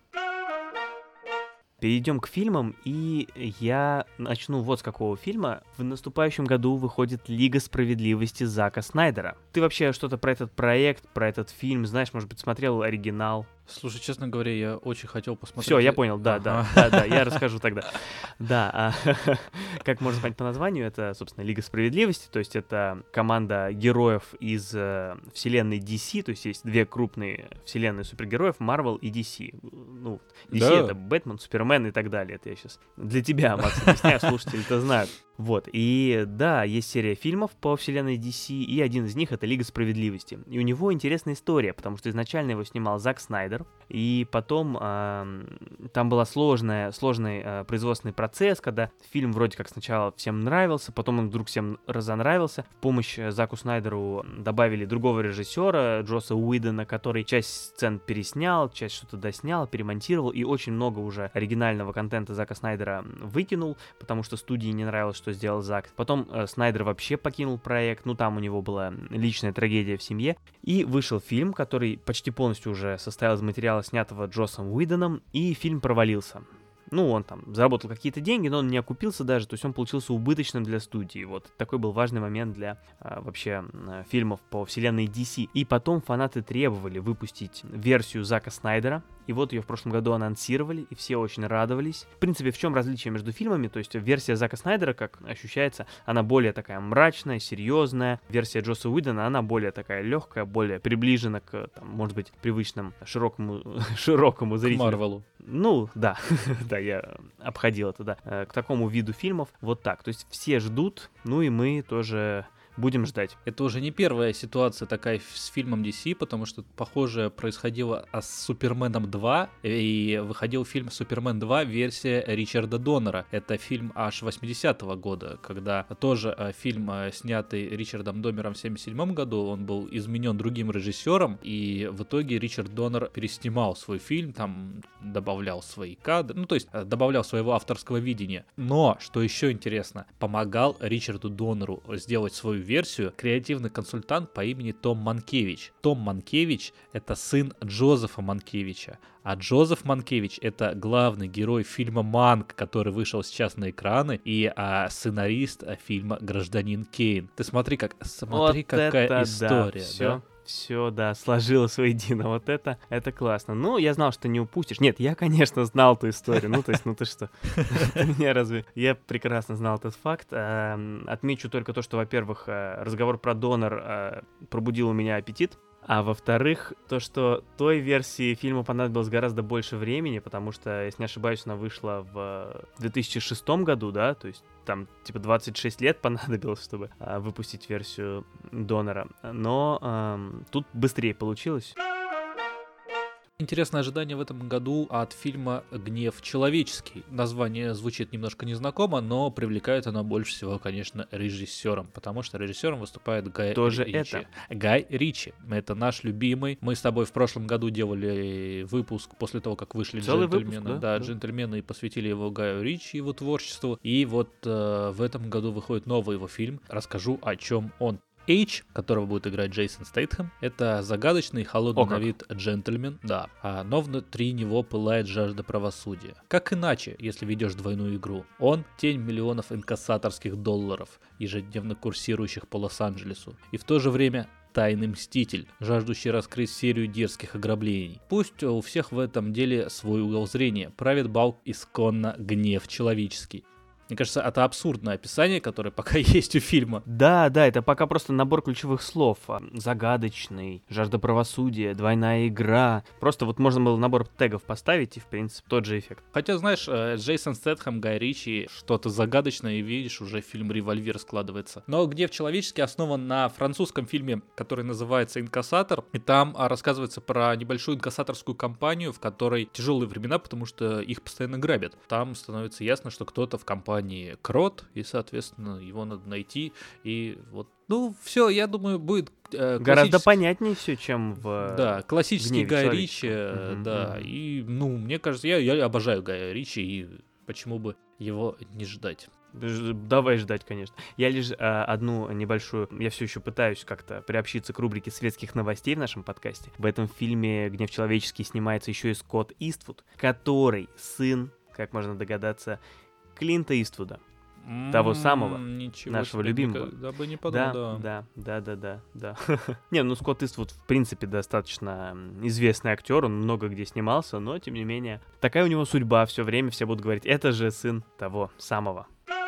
Перейдем к фильмам, и я начну вот с какого фильма. В наступающем году выходит «Лига справедливости» Зака Снайдера. Ты вообще что-то про этот проект, про этот фильм знаешь? Может быть, смотрел оригинал? Слушай, честно говоря, я очень хотел посмотреть. Все, я понял, да, я расскажу тогда. Да, как можно понять по названию, это, собственно, Лига справедливости, то есть это команда героев из вселенной DC, то есть есть две крупные вселенные супергероев, Marvel и DC. Ну, DC да. Это Бэтмен, Супермен и так далее. Это я сейчас для тебя, Макс, объясняю, слушатели-то знают. Вот, и да, есть серия фильмов по вселенной DC, и один из них — это «Лига справедливости». И у него интересная история, потому что изначально его снимал Зак Снайдер, и потом там был сложный производственный процесс, когда фильм вроде как сначала всем нравился, потом он вдруг всем разонравился. В помощь Заку Снайдеру добавили другого режиссера, Джосса Уидона, который часть сцен переснял, часть что-то доснял, перемонтировал, и очень много уже оригинального контента Зака Снайдера выкинул, потому что студии не нравилось, что сделал Зак. Потом Снайдер вообще покинул проект, ну там у него была личная трагедия в семье, и вышел фильм, который почти полностью уже состоял из материала, снятого Джоссом Уидоном, и фильм провалился. Ну, он там заработал какие-то деньги, но он не окупился даже, то есть он получился убыточным для студии. Вот такой был важный момент для вообще фильмов по вселенной DC. И потом фанаты требовали выпустить версию Зака Снайдера, и вот ее в прошлом году анонсировали, и все очень радовались. В принципе, в чем различие между фильмами? То есть версия Зака Снайдера, как ощущается, она более такая мрачная, серьезная. Версия Джосса Уидона, она более такая легкая, более приближена к, там, может быть, привычному широкому зрителю. К Марвелу. Ну, да, да, я обходил это, да. К такому виду фильмов. Вот так. То есть все ждут, ну и мы тоже будем ждать. Это уже не первая ситуация такая с фильмом DC, потому что похожее происходило с Суперменом 2, и выходил фильм Супермен 2 версия Ричарда Доннера. Это фильм аж 80-го года, когда тоже фильм, снятый Ричардом Доннером в 77 году, он был изменен другим режиссером, и в итоге Ричард Доннер переснимал свой фильм, там добавлял свои кадры, ну то есть добавлял своего авторского видения. Но, что еще интересно, помогал Ричарду Доннеру сделать свою версию креативный консультант по имени Том Манкевич. Том Манкевич — это сын Джозефа Манкевича, а Джозеф Манкевич — это главный герой фильма «Манк», который вышел сейчас на экраны, и сценарист фильма «Гражданин Кейн». Ты смотри, вот какая история, да? Все, да, сложилось воедино. Вот это классно. Ну, я знал, что не упустишь. Нет, я, конечно, знал эту историю. Ну, то есть, ну ты что? Меня разве... Я прекрасно знал этот факт. Отмечу только то, что, во-первых, разговор про Доннер пробудил у меня аппетит. А во-вторых, то, что той версии фильма понадобилось гораздо больше времени, потому что, если не ошибаюсь, она вышла в 2006 году, да, то есть там типа 26 лет понадобилось, чтобы выпустить версию Доннера. Но тут быстрее получилось. Интересное ожидание в этом году от фильма «Гнев человеческий». Название звучит немножко незнакомо, но привлекает оно больше всего, конечно, режиссером, потому что режиссером выступает Гай Ричи. Гай Ричи. Это наш любимый. Мы с тобой в прошлом году делали выпуск после того, как вышли «Джентльмены». Да, «Джентльмены», и посвятили его Гаю Ричи, его творчеству. И вот в этом году выходит новый его фильм. Расскажу, о чем он. Эйч, которого будет играть Джейсон Стейтхэм, это загадочный, холодный на вид джентльмен, да, но внутри него пылает жажда правосудия. Как иначе, если ведешь двойную игру? Он — тень миллионов инкассаторских долларов, ежедневно курсирующих по Лос-Анджелесу, и в то же время тайный мститель, жаждущий раскрыть серию дерзких ограблений. Пусть у всех в этом деле свой угол зрения, правит бал исконно гнев человеческий. Мне кажется, это абсурдное описание, которое пока есть у фильма. Да, это пока просто набор ключевых слов. Загадочный, жажда правосудия, двойная игра. Просто вот можно было набор тегов поставить, и, в принципе, тот же эффект. Хотя, знаешь, Джейсон Стэтхэм, Гай Ричи, что-то загадочное, и видишь, уже фильм «Револьвер» складывается. Но «Гнев человеческий» основан на французском фильме, который называется «Инкассатор», и там рассказывается про небольшую инкассаторскую компанию, в которой тяжелые времена, потому что их постоянно грабят. Там становится ясно, что кто-то в компании крот, и, соответственно, его надо найти, и вот, ну, все, я думаю, будет гораздо понятнее все, чем в да, классический Гай Ричи, да, и, ну, мне кажется, я обожаю Гая Ричи, и почему бы его не ждать? Давай ждать, конечно. Я лишь одну небольшую... Я все еще пытаюсь как-то приобщиться к рубрике светских новостей в нашем подкасте. В этом фильме «Гнев человеческий» снимается еще и Скотт Иствуд, который сын, как можно догадаться, Клинта Иствуда. Того самого, нашего любимого. Да бы не подумал, да. Не, ну Скотт Иствуд, в принципе, достаточно известный актер, он много где снимался, но, тем не менее, такая у него судьба, все время все будут говорить, это же сын того самого.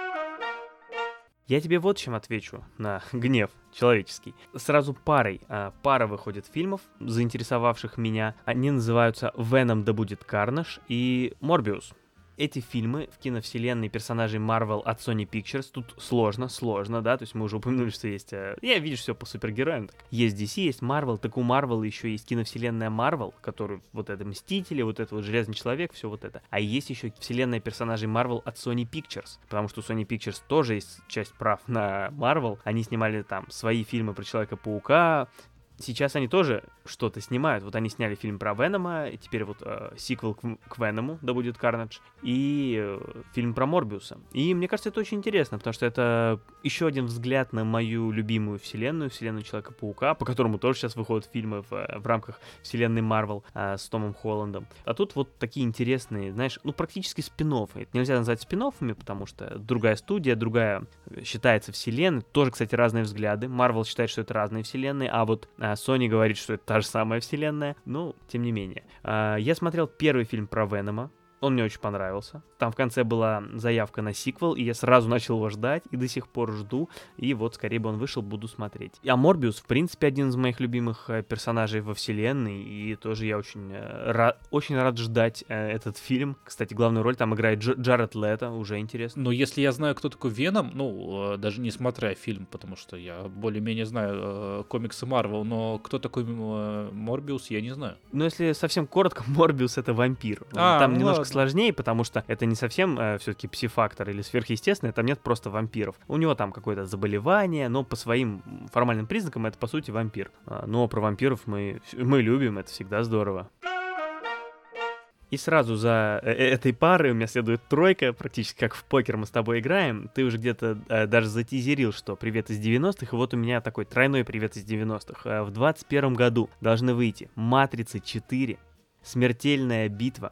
Я тебе вот чем отвечу на гнев человеческий. Сразу пара выходит фильмов, заинтересовавших меня. Они называются «Веном да будет Карнаж» и «Морбиус». Эти фильмы в киновселенной персонажей Marvel от Sony Pictures. Тут сложно, да, то есть мы уже упомянули, что есть... Я, видишь, все по супергероям. Так. Есть DC, есть Marvel, так у Marvel еще есть киновселенная Marvel, которую вот это Мстители, вот это вот Железный Человек, все вот это. А есть еще вселенная персонажей Marvel от Sony Pictures, потому что у Sony Pictures тоже есть часть прав на Marvel. Они снимали там свои фильмы про Человека-паука. Сейчас они тоже что-то снимают. Вот они сняли фильм про Венома, и теперь вот сиквел к Веному, да будет Карнадж, и фильм про Морбиуса. И мне кажется, это очень интересно, потому что это еще один взгляд на мою любимую вселенную Человека-паука, по которому тоже сейчас выходят фильмы в рамках вселенной Марвел с Томом Холландом. А тут вот такие интересные, знаешь, ну практически спин-оффы. Это нельзя назвать спин-оффами, потому что другая студия, другая считается вселенной. Тоже, кстати, разные взгляды. Марвел считает, что это разные вселенные, а вот Sony говорит, что это та же самая вселенная, но тем не менее. Я смотрел первый фильм про Венома. Он мне очень понравился. Там в конце была заявка на сиквел, и я сразу начал его ждать, и до сих пор жду. И вот, скорее бы он вышел, буду смотреть. А Морбиус, в принципе, один из моих любимых персонажей во вселенной, и тоже я очень рад ждать этот фильм. Кстати, главную роль там играет Джаред Лето, уже интересно. Но если я знаю, кто такой Веном, даже не смотря фильм, потому что я более-менее знаю комиксы Марвел, но кто такой Морбиус, я не знаю. Ну, если совсем коротко, Морбиус — это вампир. Там немножко сложнее, потому что это не совсем все-таки пси-фактор или сверхъестественное, там нет просто вампиров. У него там какое-то заболевание, но по своим формальным признакам это, по сути, вампир. Но про вампиров мы любим, это всегда здорово. И сразу за этой парой у меня следует тройка, практически как в покер мы с тобой играем. Ты уже где-то даже затизерил, что привет из 90-х, и вот у меня такой тройной привет из 90-х. В 21 году должны выйти «Матрица 4», «Смертельная битва».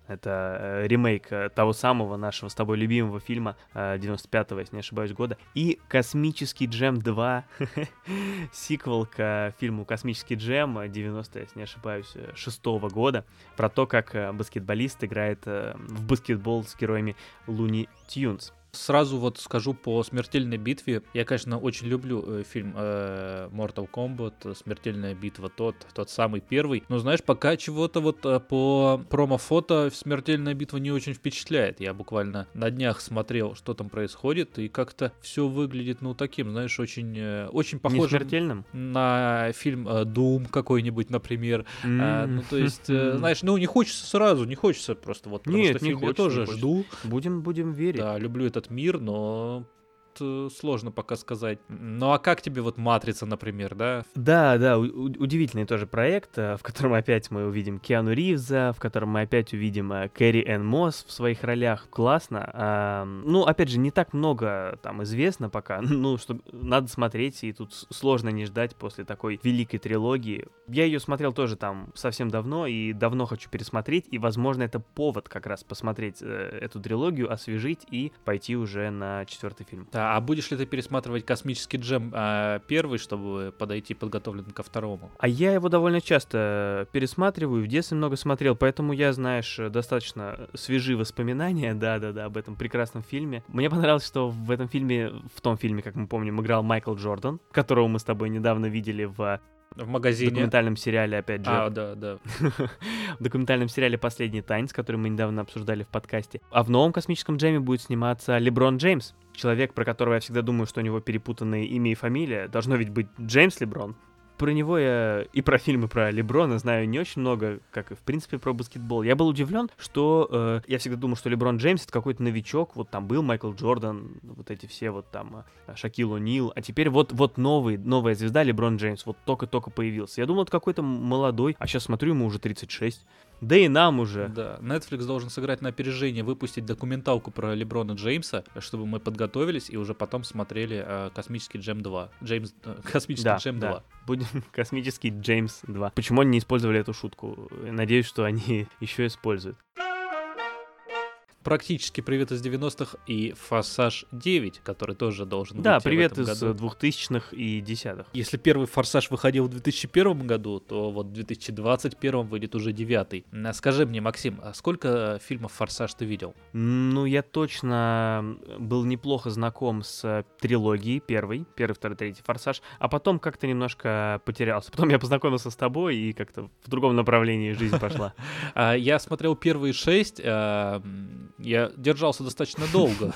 Это ремейк того самого нашего с тобой любимого фильма 95-го, если не ошибаюсь, года. И «Космический Джем 2», сиквел к фильму «Космический Джем» 90-го, если не ошибаюсь, 6-го года. Про то, как баскетболист играет в баскетбол с героями Луни Тюнс. Сразу вот скажу по «Смертельной битве». Я, конечно, очень люблю фильм Mortal Kombat, «Смертельная битва», тот самый первый. Но, знаешь, пока чего-то вот по промо-фото «Смертельная битва» не очень впечатляет. Я буквально на днях смотрел, что там происходит, и как-то все выглядит, таким, знаешь, очень похожим на фильм Doom какой-нибудь, например. То есть, знаешь, не хочется просто вот, потому что фильм я тоже жду. Будем верить. Да, люблю этот мир, но сложно пока сказать. Ну а как тебе вот «Матрица», например, да? Да, удивительный тоже проект, в котором опять мы увидим Киану Ривза, в котором мы опять увидим Кэрри Энн Мосс в своих ролях. Классно. Опять же, не так много там известно пока, что надо смотреть, и тут сложно не ждать после такой великой трилогии. Я ее смотрел тоже там совсем давно, и давно хочу пересмотреть, и, возможно, это повод как раз посмотреть эту трилогию, освежить и пойти уже на 4-й фильм. Да, а будешь ли ты пересматривать «Космический Джем» первый, чтобы подойти подготовленным ко второму? А я его довольно часто пересматриваю, в детстве много смотрел, поэтому я, знаешь, достаточно свежие воспоминания, да, об этом прекрасном фильме. Мне понравилось, что в том фильме, как мы помним, играл Майкл Джордан, которого мы с тобой недавно видели в магазине. В документальном сериале, опять же. Да. В документальном сериале «Последний танец», который мы недавно обсуждали в подкасте. А в новом «Космическом Джеме» будет сниматься Леброн Джеймс. Человек, про которого я всегда думаю, что у него перепутанные имя и фамилия. Должно ведь быть Джеймс Леброн. Про него я и про фильмы про Леброна знаю не очень много, как и, в принципе, про баскетбол. Я был удивлен, что я всегда думал, что Леброн Джеймс — это какой-то новичок. Вот там был Майкл Джордан, вот эти все вот там Шакил О'Нил. А теперь вот новая звезда Леброн Джеймс. Вот только-только появился. Я думал, это какой-то молодой, а сейчас смотрю, ему уже 36. Да и нам уже. Да, Netflix должен сыграть на опережение, выпустить документалку про Леброна Джеймса, чтобы мы подготовились и уже потом смотрели «Космический Джем 2». «Космический Джем 2». Да. Будем «Космический Джеймс 2». Почему они не использовали эту шутку? Надеюсь, что они еще используют. Практически привет из 90-х и «Форсаж 9», который тоже должен выйти Да, привет в этом из 2000-х и 10-х. Если первый «Форсаж» выходил в 2001 году, то вот в 2021 выйдет уже 9-й. Скажи мне, Максим, а сколько фильмов «Форсаж» ты видел? Я точно был неплохо знаком с трилогией первый, второй, третий «Форсаж», а потом как-то немножко потерялся. Потом я познакомился с тобой, и как-то в другом направлении жизнь пошла. Я смотрел первые 6, я держался достаточно долго,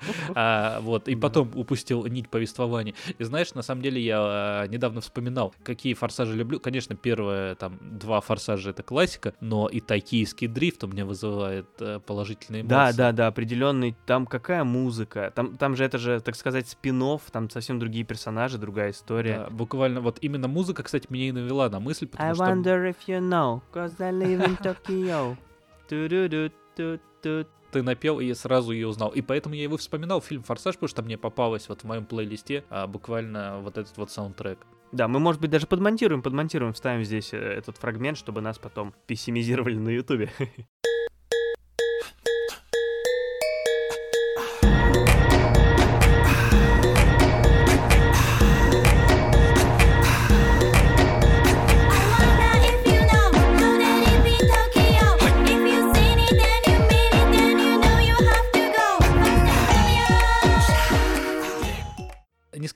и потом упустил нить повествования. И знаешь, на самом деле я недавно вспоминал, какие «Форсажи» люблю. Конечно, первые там 2 «Форсажа» — это классика, но и «Токийский дрифт» у меня вызывает положительные эмоции. Да, определенный. Там какая музыка? Там же это же, так сказать, спин-офф, там совсем другие персонажи, другая история. Да, буквально вот именно музыка, кстати, меня и навела на мысль, потому I что... wonder if you know, 'cause I live in Tokyo. Ты напел, и я сразу ее узнал. И поэтому я его вспоминал, фильм «Форсаж», потому что мне попалось вот в моем плейлисте буквально вот этот вот саундтрек. Да, мы, может быть, даже подмонтируем, вставим здесь этот фрагмент, чтобы нас потом пессимизировали на Ютубе.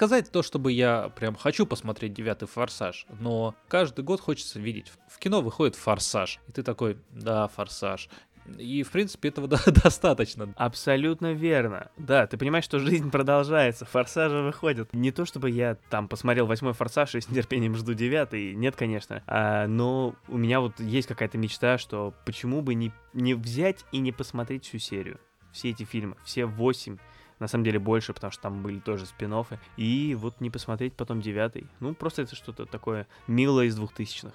сказать то, чтобы я прям хочу посмотреть 9-й «Форсаж», но каждый год хочется видеть. В кино выходит «Форсаж», и ты такой, да, «Форсаж». И, в принципе, этого достаточно. Абсолютно верно. Да, ты понимаешь, что жизнь продолжается, «Форсажи» выходят. Не то, чтобы я там посмотрел 8-й «Форсаж» и с нетерпением жду 9-й, нет, конечно. Но у меня вот есть какая-то мечта, что почему бы не взять и не посмотреть всю серию. Все эти фильмы, все 8, на самом деле больше, потому что там были тоже спин-оффы. И вот не посмотреть потом 9-й. Ну, просто это что-то такое милое из 2000-х.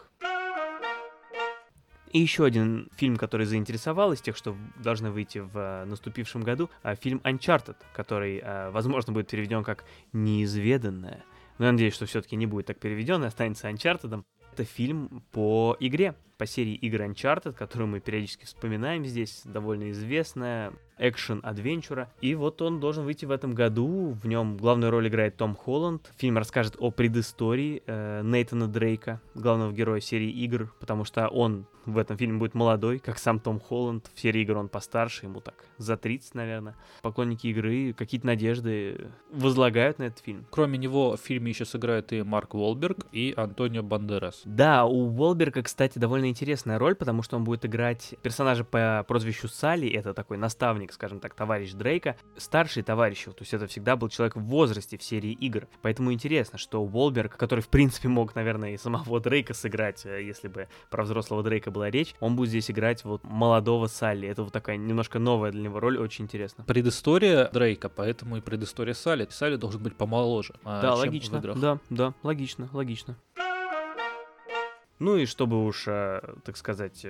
И еще один фильм, который заинтересовал из тех, что должны выйти в наступившем году, фильм Uncharted, который, возможно, будет переведен как «Неизведанное». Но я надеюсь, что все-таки не будет так переведен и останется Uncharted. Это фильм по игре, по серии игр Uncharted, которую мы периодически вспоминаем здесь, довольно известная, экшен-адвенчура. И вот он должен выйти в этом году, в нем главную роль играет Том Холланд. Фильм расскажет о предыстории Нейтана Дрейка, главного героя серии игр, потому что он в этом фильме будет молодой, как сам Том Холланд. В серии игр он постарше, ему так за 30, наверное. Поклонники игры какие-то надежды возлагают на этот фильм. Кроме него в фильме еще сыграют и Марк Уолберг, и Антонио Бандерас. Да, у Уолберга, кстати, довольно интересная роль, потому что он будет играть персонажа по прозвищу Салли, это такой наставник, скажем так, товарищ Дрейка, старший товарищ, то есть это всегда был человек в возрасте в серии игр. Поэтому интересно, что Уолберг, который, в принципе, мог, наверное, и самого Дрейка сыграть, если бы про взрослого Дрейка была речь, он будет здесь играть вот молодого Салли. Это вот такая немножко новая для него роль, очень интересно. Предыстория Дрейка, поэтому и предыстория Салли. Салли должен быть помоложе, да, чем логично, в играх. Да, логично. Ну и чтобы уж, так сказать,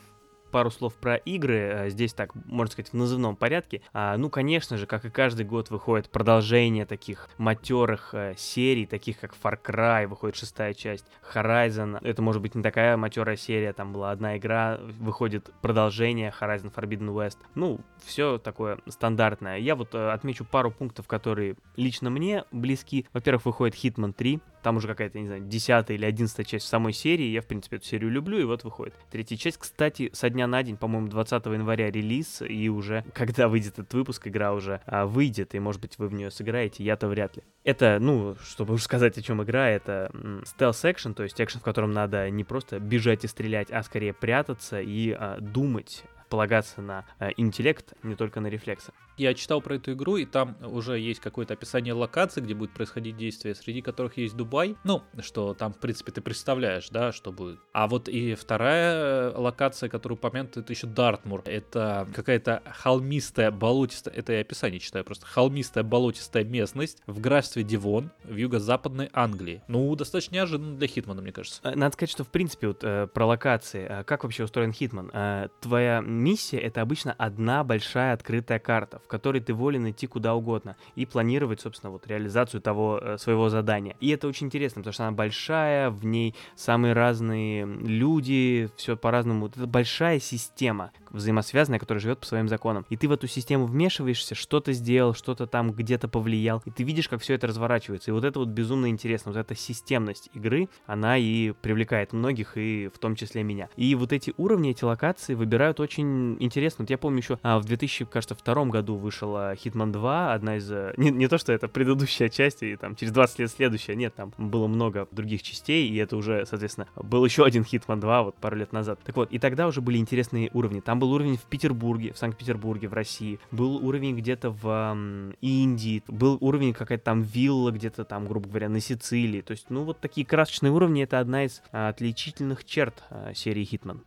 пару слов про игры, здесь так, можно сказать, в назывном порядке. Ну, конечно же, как и каждый год, выходит продолжение таких матерых серий, таких как Far Cry, выходит 6-я часть, Horizon, это может быть не такая матерая серия, там была одна игра, выходит продолжение Horizon Forbidden West. Ну, все такое стандартное. Я вот отмечу пару пунктов, которые лично мне близки. Во-первых, выходит Hitman 3, там уже какая-то, не знаю, 10-я или 11-я часть самой серии, я, в принципе, эту серию люблю, и вот выходит 3-я часть. Кстати, со дня на день, по-моему, 20 января релиз, и уже, когда выйдет этот выпуск, игра уже выйдет, и, может быть, вы в нее сыграете, я-то вряд ли. Это, ну, чтобы уж сказать, о чем игра, это стелс-экшен, то есть экшен, в котором надо не просто бежать и стрелять, а скорее прятаться и думать, полагаться на интеллект, не только на рефлексы. Я читал про эту игру, и там уже есть какое-то описание локаций, где будет происходить действие, среди которых есть Дубай. Ну, что там, в принципе, ты представляешь, да, что будет. А вот и вторая локация, которую упомянута, это еще Дартмур. Это какая-то холмистая, болотистая, это я описание читаю просто, холмистая, болотистая местность в графстве Девон в юго-западной Англии. Ну, достаточно неожиданно для Хитмана, мне кажется. Надо сказать, что, в принципе, вот про локации, как вообще устроен Хитман? Твоя миссия — это обычно одна большая открытая карта, в которой ты волен идти куда угодно и планировать, собственно, вот реализацию того своего задания. И это очень интересно, потому что она большая, в ней самые разные люди, все по-разному. Это большая система взаимосвязанная, которая живет по своим законам. И ты в эту систему вмешиваешься, что-то сделал, что-то там где-то повлиял, и ты видишь, как все это разворачивается. И вот это вот безумно интересно. Вот эта системность игры, она и привлекает многих, и в том числе меня. И вот эти уровни, эти локации выбирают очень интересно. Вот я помню еще в 2002 году вышел Hitman 2, одна из... Не то, что это предыдущая часть, и там через 20 лет следующая, нет, там было много других частей, и это уже, соответственно, был еще один Hitman 2 вот пару лет назад. Так вот, и тогда уже были интересные уровни. Там был уровень в Петербурге, в Санкт-Петербурге, в России. Был уровень где-то в Индии, был уровень какая-то там вилла где-то там, грубо говоря, на Сицилии. То есть, ну, вот такие красочные уровни — это одна из отличительных черт серии Hitman.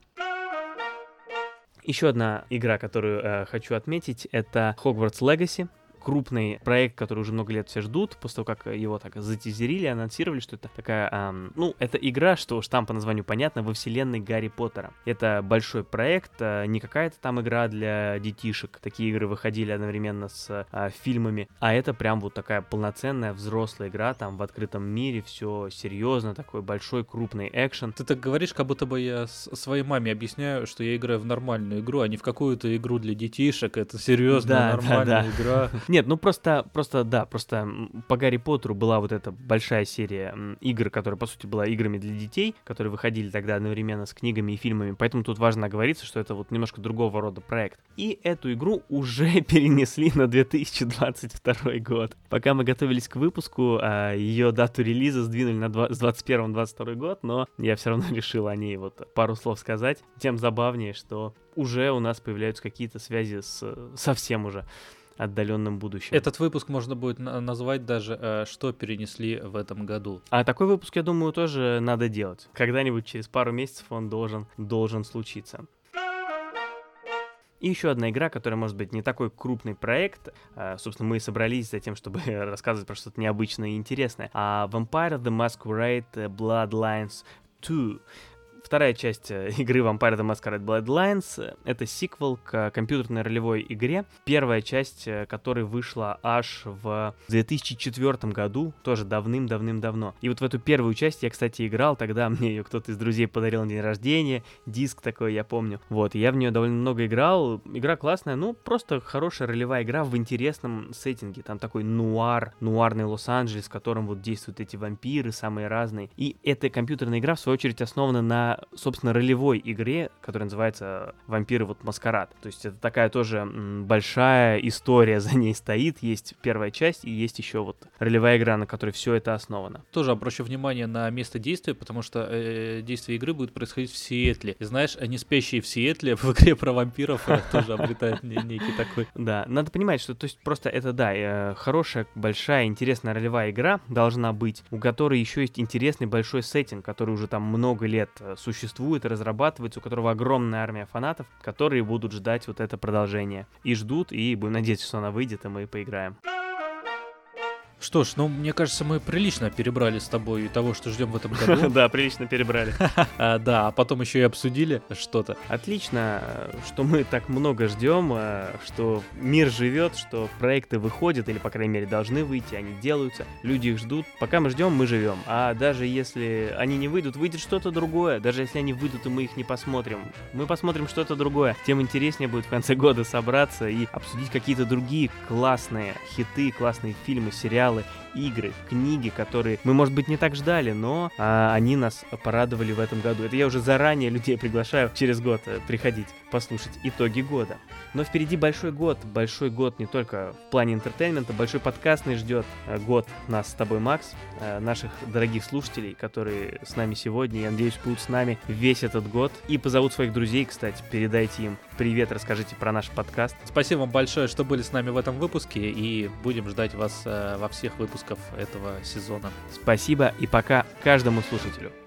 Еще одна игра, которую хочу отметить, это Hogwarts Legacy. Крупный проект, который уже много лет все ждут, после того, как его так затизерили, анонсировали, что это такая, это игра, что уж там по названию понятно, во вселенной Гарри Поттера. Это большой проект, не какая-то там игра для детишек, такие игры выходили одновременно с фильмами, а это прям вот такая полноценная взрослая игра, там в открытом мире, все серьезно, такой большой крупный экшен. Ты так говоришь, как будто бы я своей маме объясняю, что я играю в нормальную игру, а не в какую-то игру для детишек, это серьезная нормальная игра. Нет, ну просто по Гарри Поттеру была вот эта большая серия игр, которая, по сути, была играми для детей, которые выходили тогда одновременно с книгами и фильмами, поэтому тут важно оговориться, что это вот немножко другого рода проект. И эту игру уже перенесли на 2022 год. Пока мы готовились к выпуску, ее дату релиза сдвинули с 21-22 год, но я все равно решил о ней вот пару слов сказать. Тем забавнее, что уже у нас появляются какие-то связи с совсем уже отдаленным будущим. Этот выпуск можно будет назвать даже «Что перенесли в этом году». А такой выпуск, я думаю, тоже надо делать. Когда-нибудь через пару месяцев он должен случиться. И еще одна игра, которая, может быть, не такой крупный проект. Собственно, мы собрались за тем, чтобы рассказывать про что-то необычное и интересное. Vampire the Masquerade Bloodlines 2. Вторая часть игры Vampire the Masquerade Bloodlines — это сиквел к компьютерной ролевой игре, первая часть которой вышла аж в 2004 году, тоже давным-давным-давно. И вот в эту первую часть я, кстати, играл, тогда мне ее кто-то из друзей подарил на день рождения, диск такой, я помню. Вот, и я в нее довольно много играл, игра классная, ну, просто хорошая ролевая игра в интересном сеттинге, там такой нуарный Лос-Анджелес, в котором вот действуют эти вампиры, самые разные. И эта компьютерная игра, в свою очередь, основана на, собственно, ролевой игре, которая называется «Вампиры вот Маскарад». То есть это такая тоже большая история за ней стоит. Есть первая часть и есть еще вот ролевая игра, на которой все это основано. Тоже обращу внимание на место действия, потому что действие игры будет происходить в Сиэтле. И знаешь, они спящие в Сиэтле в игре про вампиров тоже обретают некий такой... Да, надо понимать, что то есть просто это, хорошая, большая, интересная ролевая игра должна быть, у которой еще есть интересный большой сеттинг, который уже там много лет существует, разрабатывается, у которого огромная армия фанатов, которые будут ждать вот это продолжение. И ждут, и будем надеяться, что она выйдет, и мы поиграем. Что ж, ну, мне кажется, мы прилично перебрали с тобой того, что ждем в этом году. Да, прилично перебрали. Да, а потом еще и обсудили что-то. Отлично, что мы так много ждем, что мир живет, что проекты выходят, или, по крайней мере, должны выйти, они делаются, люди их ждут. Пока мы ждем, мы живем. А даже если они не выйдут, выйдет что-то другое. Даже если они выйдут, и мы их не посмотрим, мы посмотрим что-то другое. Тем интереснее будет в конце года собраться и обсудить какие-то другие классные хиты, классные фильмы, сериалы, игры, книги, которые мы, может быть, не так ждали, но они нас порадовали в этом году. Это я уже заранее людей приглашаю через год приходить, послушать итоги года. Но впереди большой год не только в плане интертеймента, большой подкастный ждет год нас с тобой, Макс, наших дорогих слушателей, которые с нами сегодня, я надеюсь, будут с нами весь этот год и позовут своих друзей, кстати, передайте им привет, расскажите про наш подкаст. Спасибо вам большое, что были с нами в этом выпуске, и будем ждать вас во всех выпусках этого сезона. Спасибо и пока каждому слушателю.